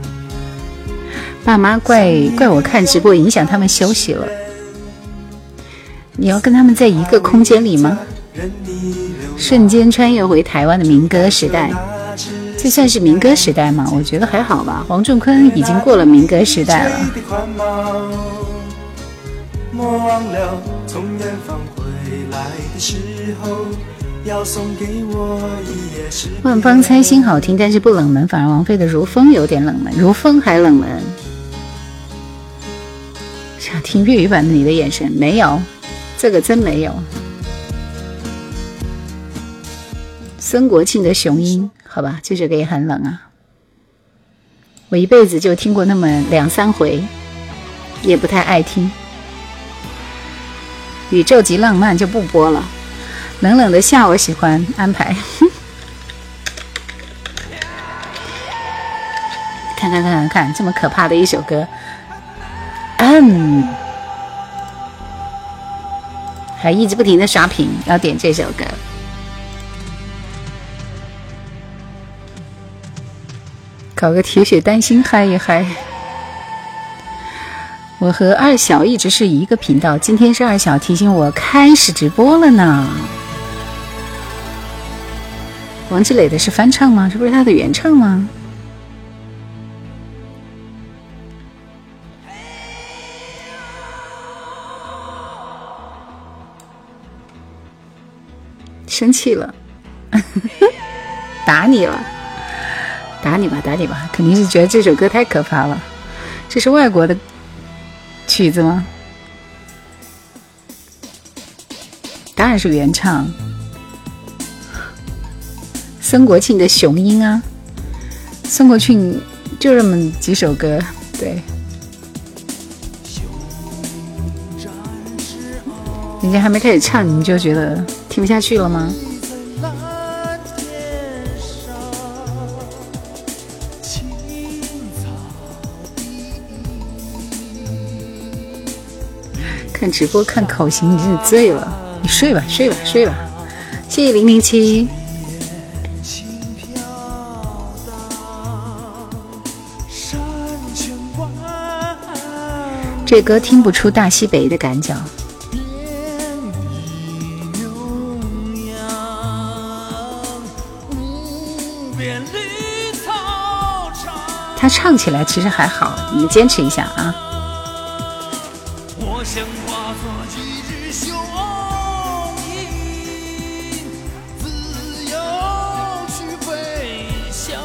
爸妈怪我看直播影响他们休息了。你要跟他们在一个空间里吗？瞬间穿越回台湾的民歌时代，这算是民歌时代吗？我觉得还好吧。黄仲坤已经过了民歌时代了。 莫忘了从远方回来的时候要送给我一夜诗。 万芳猜心好听，但是不冷门，反而王菲的如风有点冷门，如风还冷门。想听粤语版的你的眼神？没有，这个真没有。孙国庆的雄鹰，好吧，这首歌也很冷啊。我一辈子就听过那么2-3回，也不太爱听。宇宙级浪漫就不播了。冷冷的夏我喜欢安排。看，这么可怕的一首歌。还一直不停的刷屏，要点这首歌。搞个铁血丹心嗨一嗨。我和二小一直是一个频道，今天是二小提醒我开始直播了呢。王志磊的是翻唱吗？这不是他的原唱吗？生气了。打你了，打你吧，肯定是觉得这首歌太可怕了。这是外国的曲子吗？当然是原唱。孙国庆的《雄鹰》啊，孙国庆就这么几首歌，对。人家还没开始唱，你就觉得听不下去了吗？看直播看口型，你真是醉了。你睡吧。谢谢007。这歌听不出大西北的感觉。他唱起来其实还好，你们坚持一下啊。 我想化作几只雄鹰，自由去飞翔。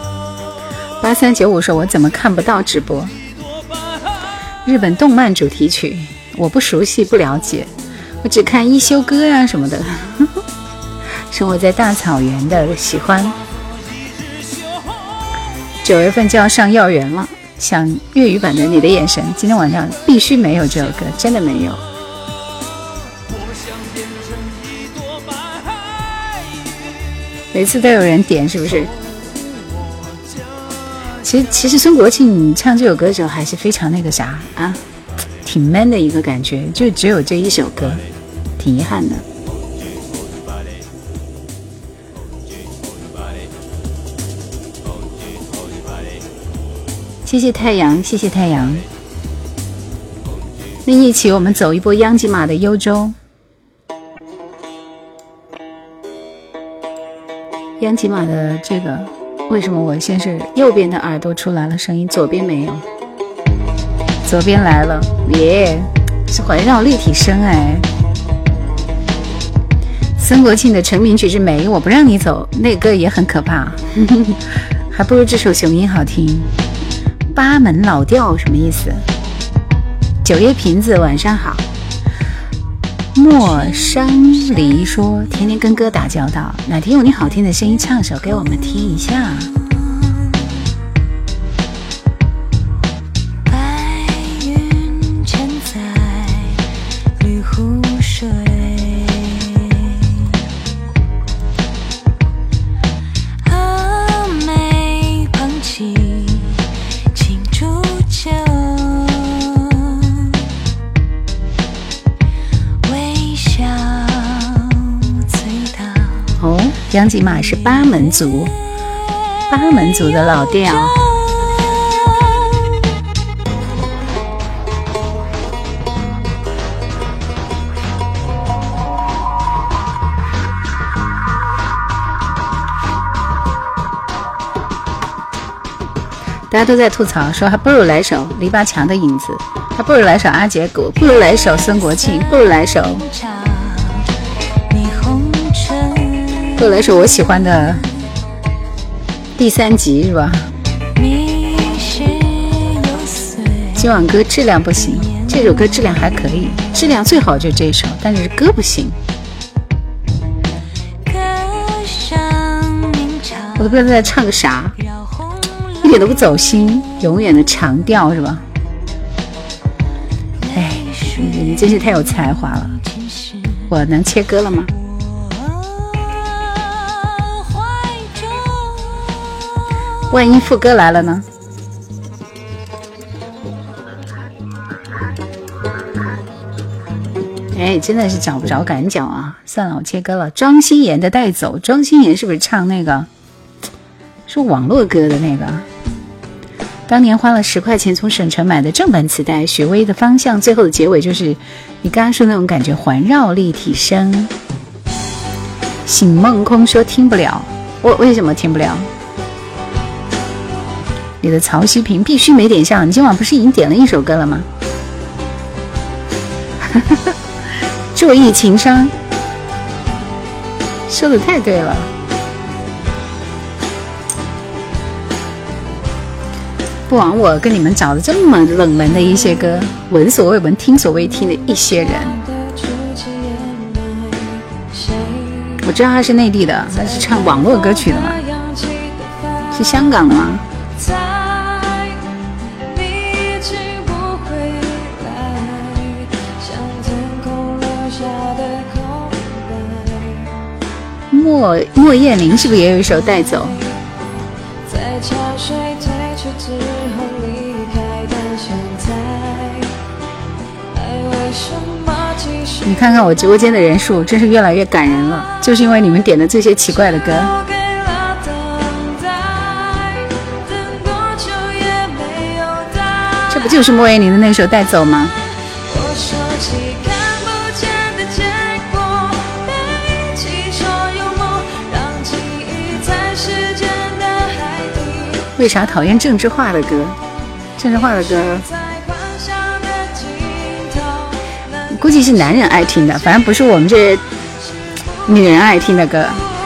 8395说我怎么看不到直播？日本动漫主题曲我不熟悉不了解，我只看一休哥呀什么的。生活在大草原的喜欢。9月份就要上幼儿园了，想粤语版的你的眼神，今天晚上必须没有这首歌，真的没有。每次都有人点是不是？其实孙国庆唱这首歌的时候还是非常那个啥啊，挺 man 的一个感觉，就只有这一首歌，挺遗憾的。谢谢太阳，谢谢太阳。那一起我们走一波央吉玛的幽州。央吉玛的这个为什么我先是右边的耳朵出来了声音，左边没有？左边来了，耶，是环绕立体声哎。孙国庆的成名曲是《美我不让你走》，那歌也很可怕，还不如这首《雄鹰》好听。八门老调什么意思？九叶瓶子晚上好。莫山梨说天天跟歌打交道，哪天有你好听的声音唱首给我们听一下。 白云潜在绿湖水，峨眉捧起青竹酒， 哦，央吉玛是八门族，八门族的老调。大家都在吐槽说还不如来首篱笆墙的影子，还不如来首阿杰古，不如来首孙国庆，不如来首又来首我喜欢的第3集是吧？今晚歌质量不行，这首歌质量还可以，质量最好就这首，但是歌不行。我都不知道在唱个啥，一点都不走心，永远的长调是吧？哎，你真是太有才华了。我能切歌了吗？万一副歌来了呢？哎，真的是找不着赶脚啊！算了，我切歌了。庄心妍的《带走》，庄心妍是不是唱那个？是网络歌的那个？当年花了10块钱从省城买的正版磁带，许巍的《方向》，最后的结尾就是你刚刚说那种感觉，环绕立体声。醒梦空说听不了，我为什么听不了？你的曹希平必须没点上，你今晚不是已经点了一首歌了吗？注意情商，说的太对了。不枉我跟你们找的这么冷门的一些歌，闻所未闻听所未听的一些人。我知道他是内地的，他是唱网络歌曲的嘛？是香港的吗？莫艳玲是不是也有一首《带走》？你看看我直播间的人数，真是越来越感人了，就是因为你们点的这些奇怪的歌。这不就是莫艳玲的那首《带走》吗？为啥讨厌政治化的歌？政治化的歌估计是男人爱听的，反正不是我们这女人爱听的歌。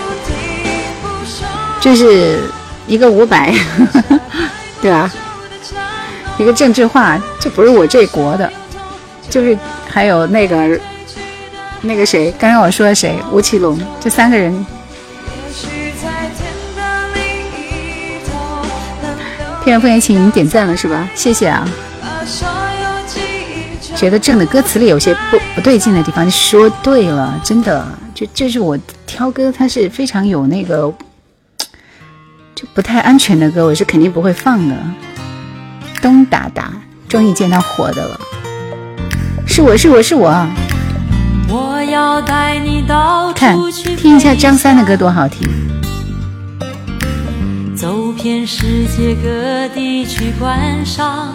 这是一个500对吧？一个政治化，这不是我这国的，就是还有那个谁，刚刚我说的谁，吴奇隆，这3个人。天然风言情点赞了是吧？谢谢啊。觉得郑的歌词里有些不对劲的地方，你说对了，真的，这是我挑歌，它是非常有那个就不太安全的歌，我是肯定不会放的。东达达终于见到活的了，是我我要带你到看听一下张三的歌多好听， 走遍世界各地去观赏，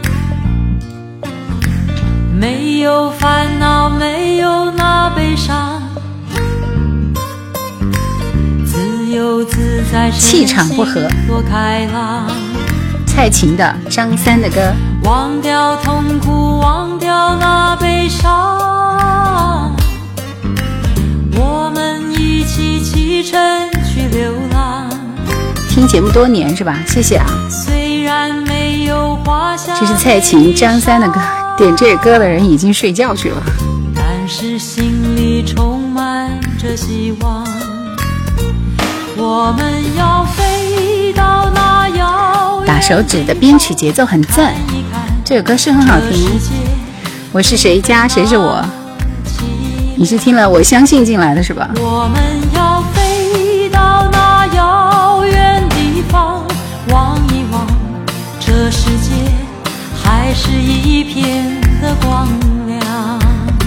没有烦恼，没有那悲伤，自由气场不合。 多开朗， 蔡琴的、张三的歌。 忘掉痛苦，忘掉那悲伤，我们一起启程去流浪。 听节目多年是吧？谢谢啊。 虽然没有华夏， 这是蔡琴、张三的歌，点这个歌的人已经睡觉去了。 但是心里充满着希望，我们要飞到那遥远。 打手指的编曲节奏很赞，这首歌是很好听。我是谁家谁是我，你是听了我相信进来的是吧？ 我们要飞到那遥远地方，望一望这世界还是一片的光亮。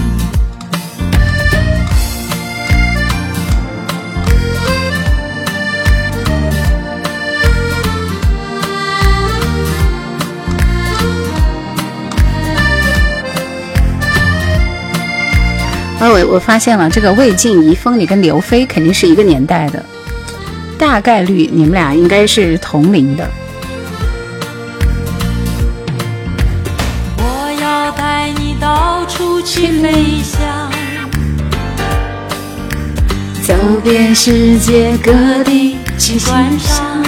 我发现了，这个魏晋、宜丰，你跟刘飞肯定是一个年代的，大概率你们俩应该是同龄的。 我要带你到处去飞翔， 走遍世界各地去欣赏，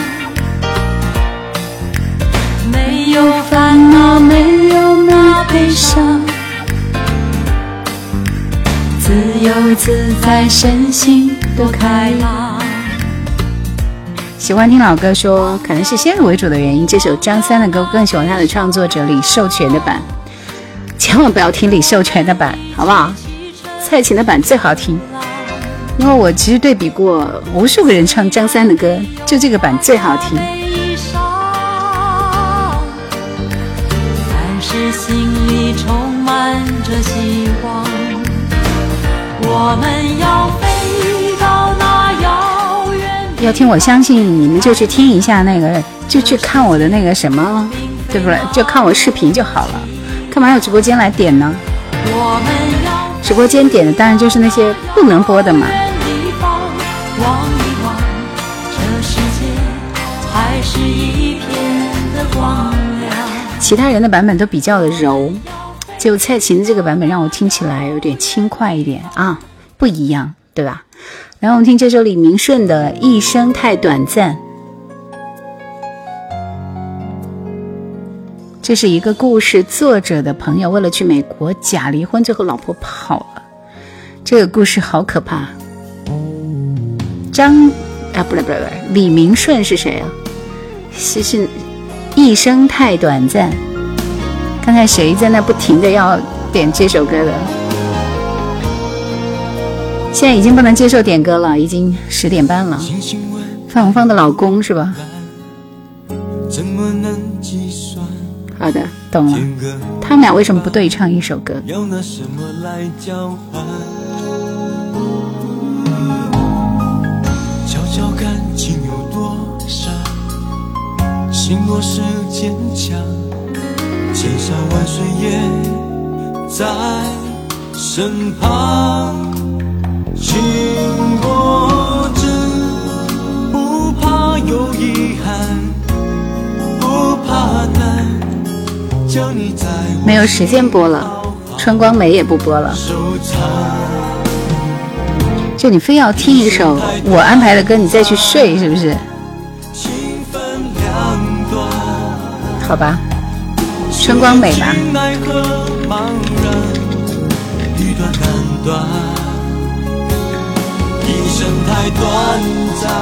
没有烦恼，没有那悲伤， 自由自在，身心都开朗。喜欢听老歌说可能是先入为主的原因，这首张三的歌更喜欢他的创作者李寿全的版，千万不要听李寿全的版好不好？蔡琴的版最好听，因为我其实对比过无数个人唱张三的歌，就这个版最好听。 但是心里充满着希望，我们要飞到那遥远。 要听我相信你们就去听一下那个，就去看我的那个什么，对不对？就看我视频就好了，干嘛要直播间来点呢？直播间点的当然就是那些不能播的嘛。 望一望这世界还是一片的光亮。 其他人的版本都比较的柔，就蔡琴的这个版本让我听起来有点轻快一点啊，不一样，对吧？然后我们听这首李明顺的《一生太短暂》。这是一个故事，作者的朋友为了去美国假离婚，最后老婆跑了。这个故事好可怕。不对，李明顺是谁啊？是一生太短暂。看看谁在那不停的要点这首歌的。现在已经不能接受点歌了，已经10点半了。范红芳的老公是吧？ 怎么能计算？ 好的，懂了。他们俩为什么不对唱一首歌？ 要拿什么来交换？瞧瞧感情有多深，心若是坚强，千山万水也在身旁。经过这，不怕有遗憾，不怕难，将你在没有时间播了，春光美也不播了。就你非要听一首我安排的歌，你再去睡，是不是？好吧，春光美吧。 一生太短暂，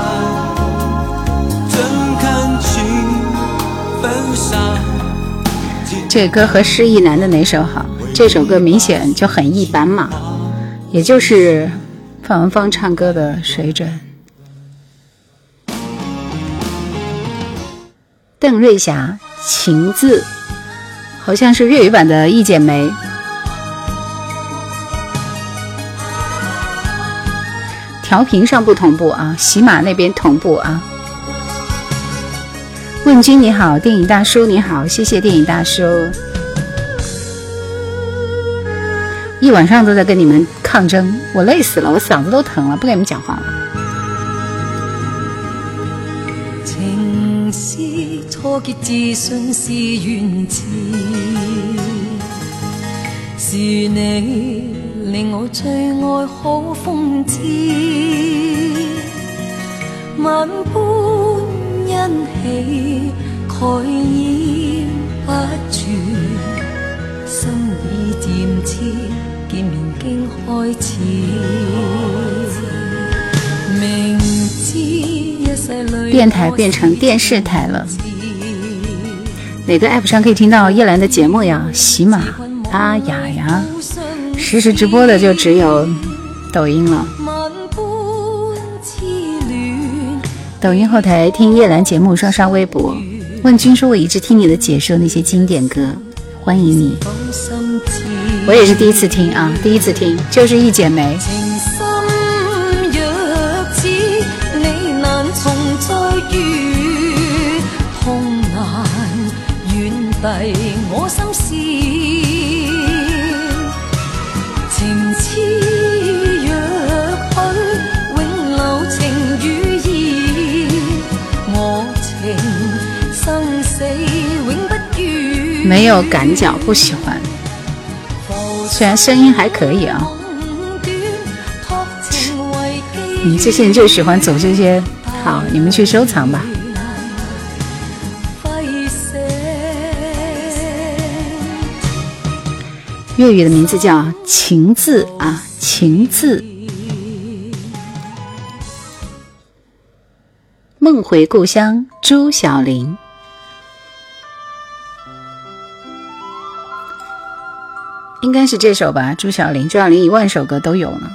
怎看清分散。 这歌和失意男的哪首好？这首歌明显就很一般嘛，也就是范文芳唱歌的水准。邓瑞霞情字，好像是粤语版的一剪梅。调频上不同步啊，喜马那边同步啊。问君你好，电影大叔你好，谢谢电影大叔。一晚上都在跟你们抗争，我累死了，我嗓子都疼了，不跟你们讲话了。 曾是错结自信是原字，是你令我最愛好風姿，萬般欣喜蓋掩不住，心已漸知見面經開始，明知一世淚電台變成電視台了。哪個 app 上可以聽到葉蘭的節目呀？喜馬、阿雅呀，實時直播的就只有抖音了。抖音後台聽葉蘭節目，刷刷微博。問君說我一直聽你的解說那些經典歌，歡迎你。我也是第一次聽啊，第一次聽就是一剪梅。 我心事情痴若許永留情與義，我情生死永不渝。 沒有趕腳不喜歡，雖然聲音還可以啊。你這些人就喜歡走這些，好，你們去收藏吧。粵語的名字叫情字啊，情字。夢回故鄉，朱曉玲。應該是這首吧，朱曉玲10000首歌都有呢。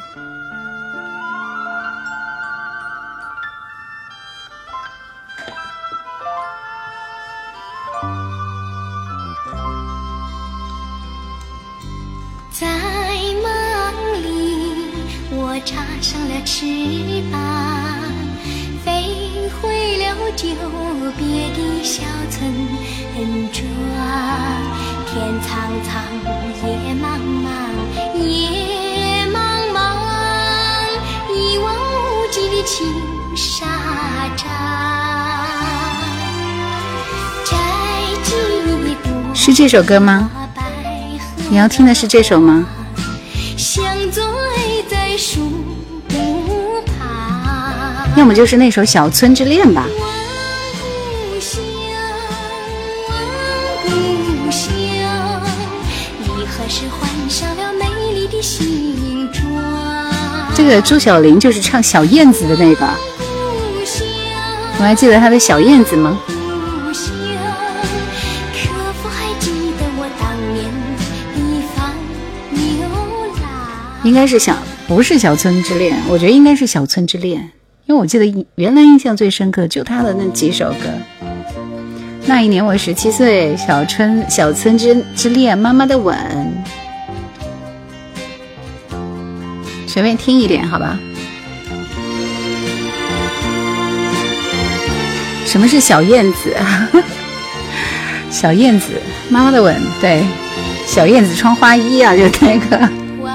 在夢裡我插上了翅膀，飛回了久別的小村莊，天蒼蒼野茫茫野茫茫，一望無際的青沙場，摘幾朵。 是這首歌嗎？你要聽的是這首嗎？要麼就是那首《小村之戀》吧。這個朱曉玲就是唱小燕子的那個，我還記得她的小燕子嗎？應該是不是小村之戀，我覺得應該是小村之戀，因為我記得原來印象最深刻就他的那幾首歌。那一年我17歲，小村之戀，媽媽的吻，隨便聽一點好吧。什麼是小燕子？小燕子，媽媽的吻，對，小燕子穿花衣啊，就那個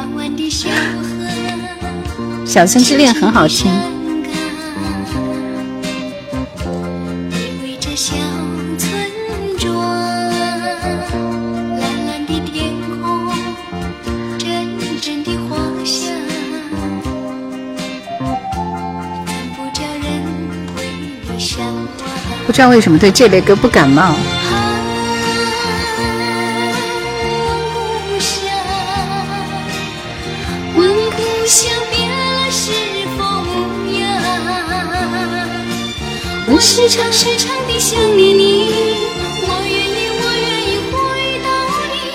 小村之戀很好聽。不知道為什麼對這類歌不感冒。 我時常地想念你，我願意回到你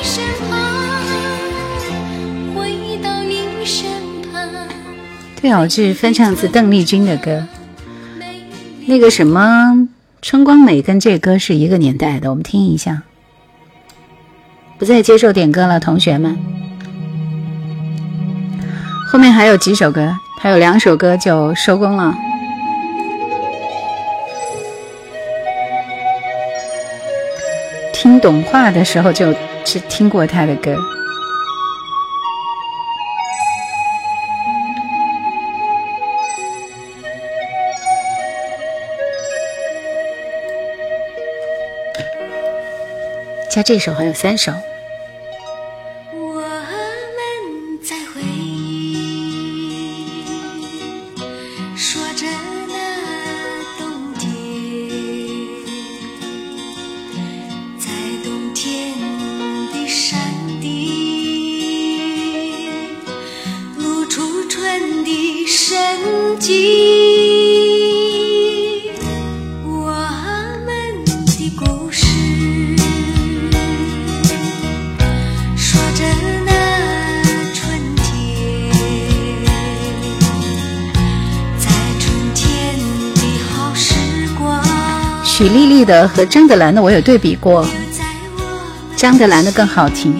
身旁。 對啊，我是翻唱自鄧麗君的歌。那個什麼春光美跟這個歌是一個年代的，我們聽一下。不再接受點歌了，同學們。後面還有幾首歌，還有2首歌就收工了。聽懂話的時候就是聽過他的歌。 加这首还有3首。 我们在回忆，说着那冬天，在冬天的山地，露出春的生机。 许丽丽的和张德兰的我有对比过，张德兰的更好听。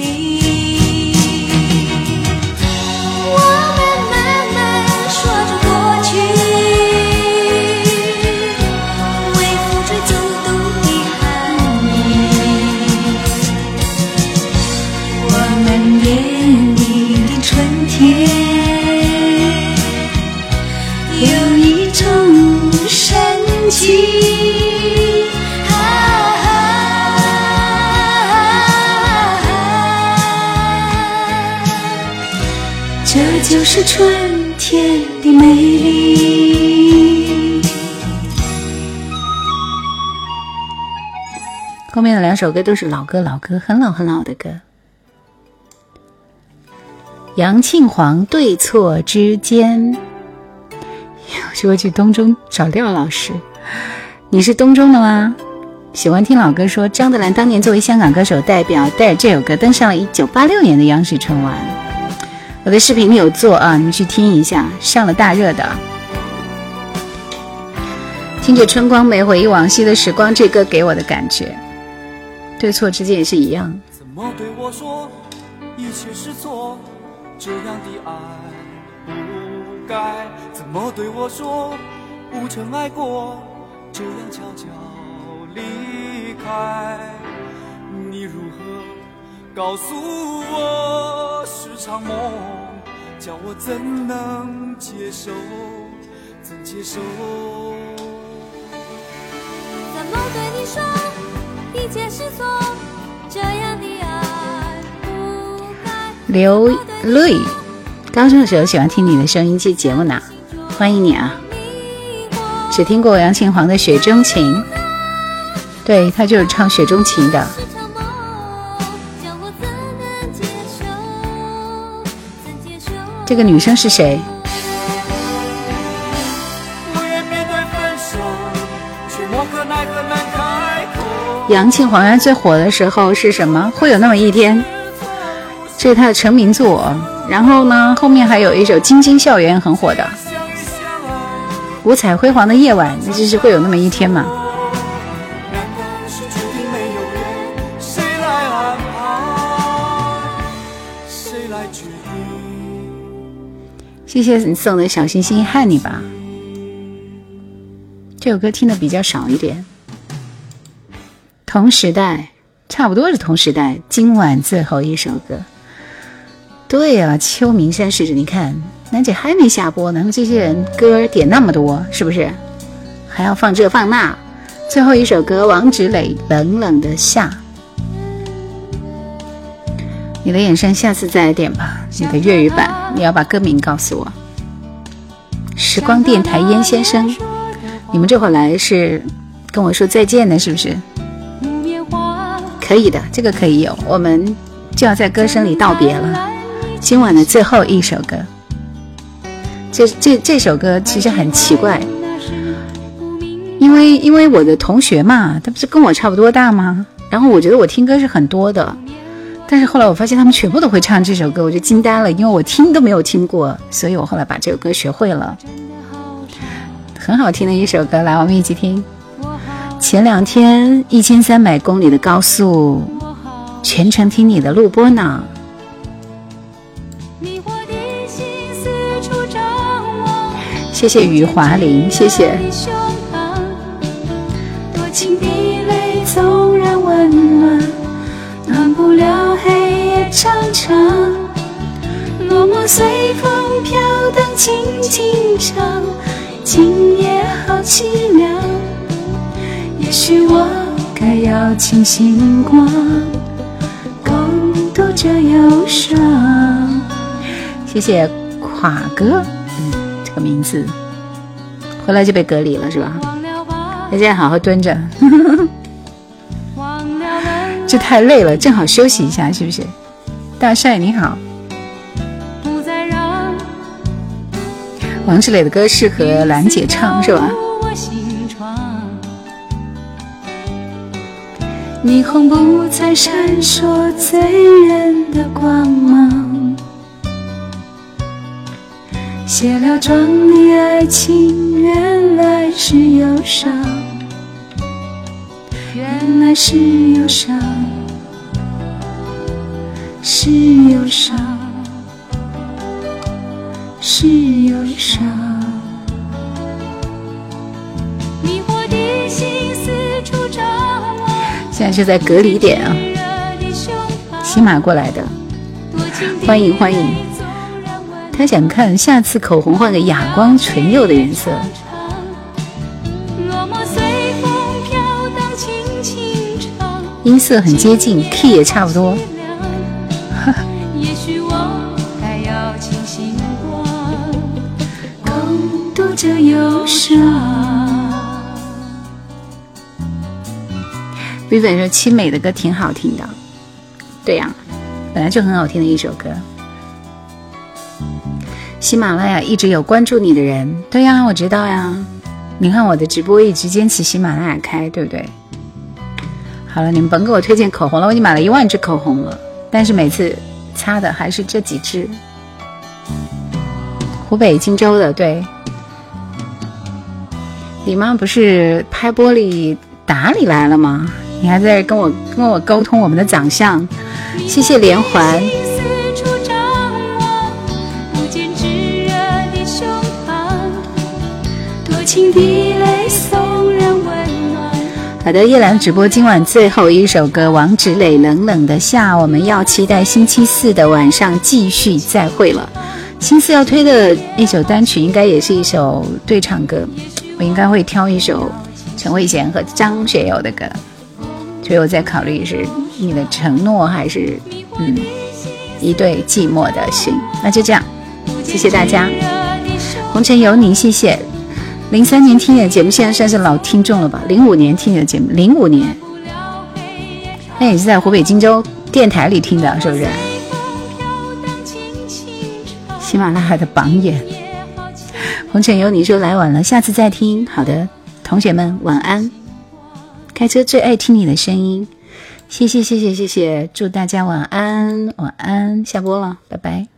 这就是春天的美丽。 后面的2首歌都是老歌，很老很老的歌。杨庆煌对错之间，说去东中找廖老师。你是东中的吗？喜欢听老歌说，张德兰当年作为香港歌手代表，带着这首歌登上了1986年的央视春晚。我的视频里有做啊，你们去听一下，上了大热的。听着春光美，回忆往昔的时光，这歌给我的感觉，对错之间也是一样。 怎么对我说一切是错，这样的爱不该？怎么对我说不曾爱过，这样悄悄离开？你如何告诉我是场梦，叫我怎能接受，怎接受？ 怎么对你说一切是错，这样的爱不该？ 刘泪，高中的时候喜欢听你的收音机节目呢，欢迎你啊！只听过杨庆煌的《雪中情》，对，他就是唱《雪中情》的。这个女生是谁？杨庆煌原来最火的时候是什么？会有那么一天，这是他的成名作。然后呢，后面还有一首《京津校园》很火的，五彩辉煌的夜晚，那就是会有那么一天嘛。谢谢你送的小星星，害你吧。这首歌听的比较少一点。同时代，差不多是同时代。今晚最后一首歌。对啊，秋名山逝者，你看楠姐还没下播呢，这些人歌点那么多，是不是？还要放这放那。最后一首歌，王芷蕾《冷冷的夏》。你的眼神下次再来点吧，你的粤语版，你要把歌名告诉我。时光电台燕先生，你们这会儿来是跟我说再见的，是不是？可以的，这个可以有，我们就要在歌声里道别了。今晚的最后一首歌，这首歌其实很奇怪，因为我的同学嘛，他不是跟我差不多大吗？然后我觉得我听歌是很多的。但是后来我发现他们全部都会唱这首歌，我就惊呆了，因为我听都没有听过，所以我后来把这首歌学会了。很好听的一首歌，来我们一起听。前2天1300公里的高速，全程听你的录播呢。谢谢余华林，谢谢。多情的泪纵然温暖，暖不了黑夜长长，落寞随风飘荡静静唱，今夜好凄凉，也许我该要清醒过。 伤。谢谢垮哥，这个名字回来就被隔离了是吧？大家好好蹲着。这太累了，正好休息一下，是不是？大帅你好。王志磊的歌适合兰姐唱是吧？霓虹不再闪烁醉人的光芒，卸了妆的爱情原来是忧伤，原来是忧伤，是忧伤，是忧伤。迷惑的心四处张望，现在是在隔离点啊，喜马过来的，欢迎欢迎。他想看下次口红换个哑光唇釉的颜色。音色很接近 key 也差不多。共度这忧伤。Vivian 说凄美的歌挺好听的，对呀，本来就很好听的一首歌。喜马拉雅一直有关注你的人，对呀，我知道呀。你看我的直播一直坚持喜马拉雅开，对不对？好了，你们甭给我推荐口红了，我已经买了1万支口红了，但是每次擦的还是这几支。湖北荆州的，对。你妈不是拍玻璃打你来了吗？你还在跟我沟通我们的长相，谢谢连环。好的，叶兰直播今晚最后一首歌，王芷磊冷冷的夏，我们要期待星期四的晚上继续再会了。星期四要推的一首单曲应该也是一首对唱歌，我应该会挑一首陈慧娴和张学友的歌，所以我在考虑是你的承诺还是一对寂寞的心。那就这样，谢谢大家。红尘有你，谢谢。03年听你的节目，现在算是老听众了吧？05年听你的节目，05年，那也是在湖北荆州电台里听的，是不是？喜马拉雅的榜眼。红尘有你说来晚了，下次再听。好的，同学们晚安。开车最爱听你的声音，谢谢，祝大家晚安，晚安，下播了，拜拜。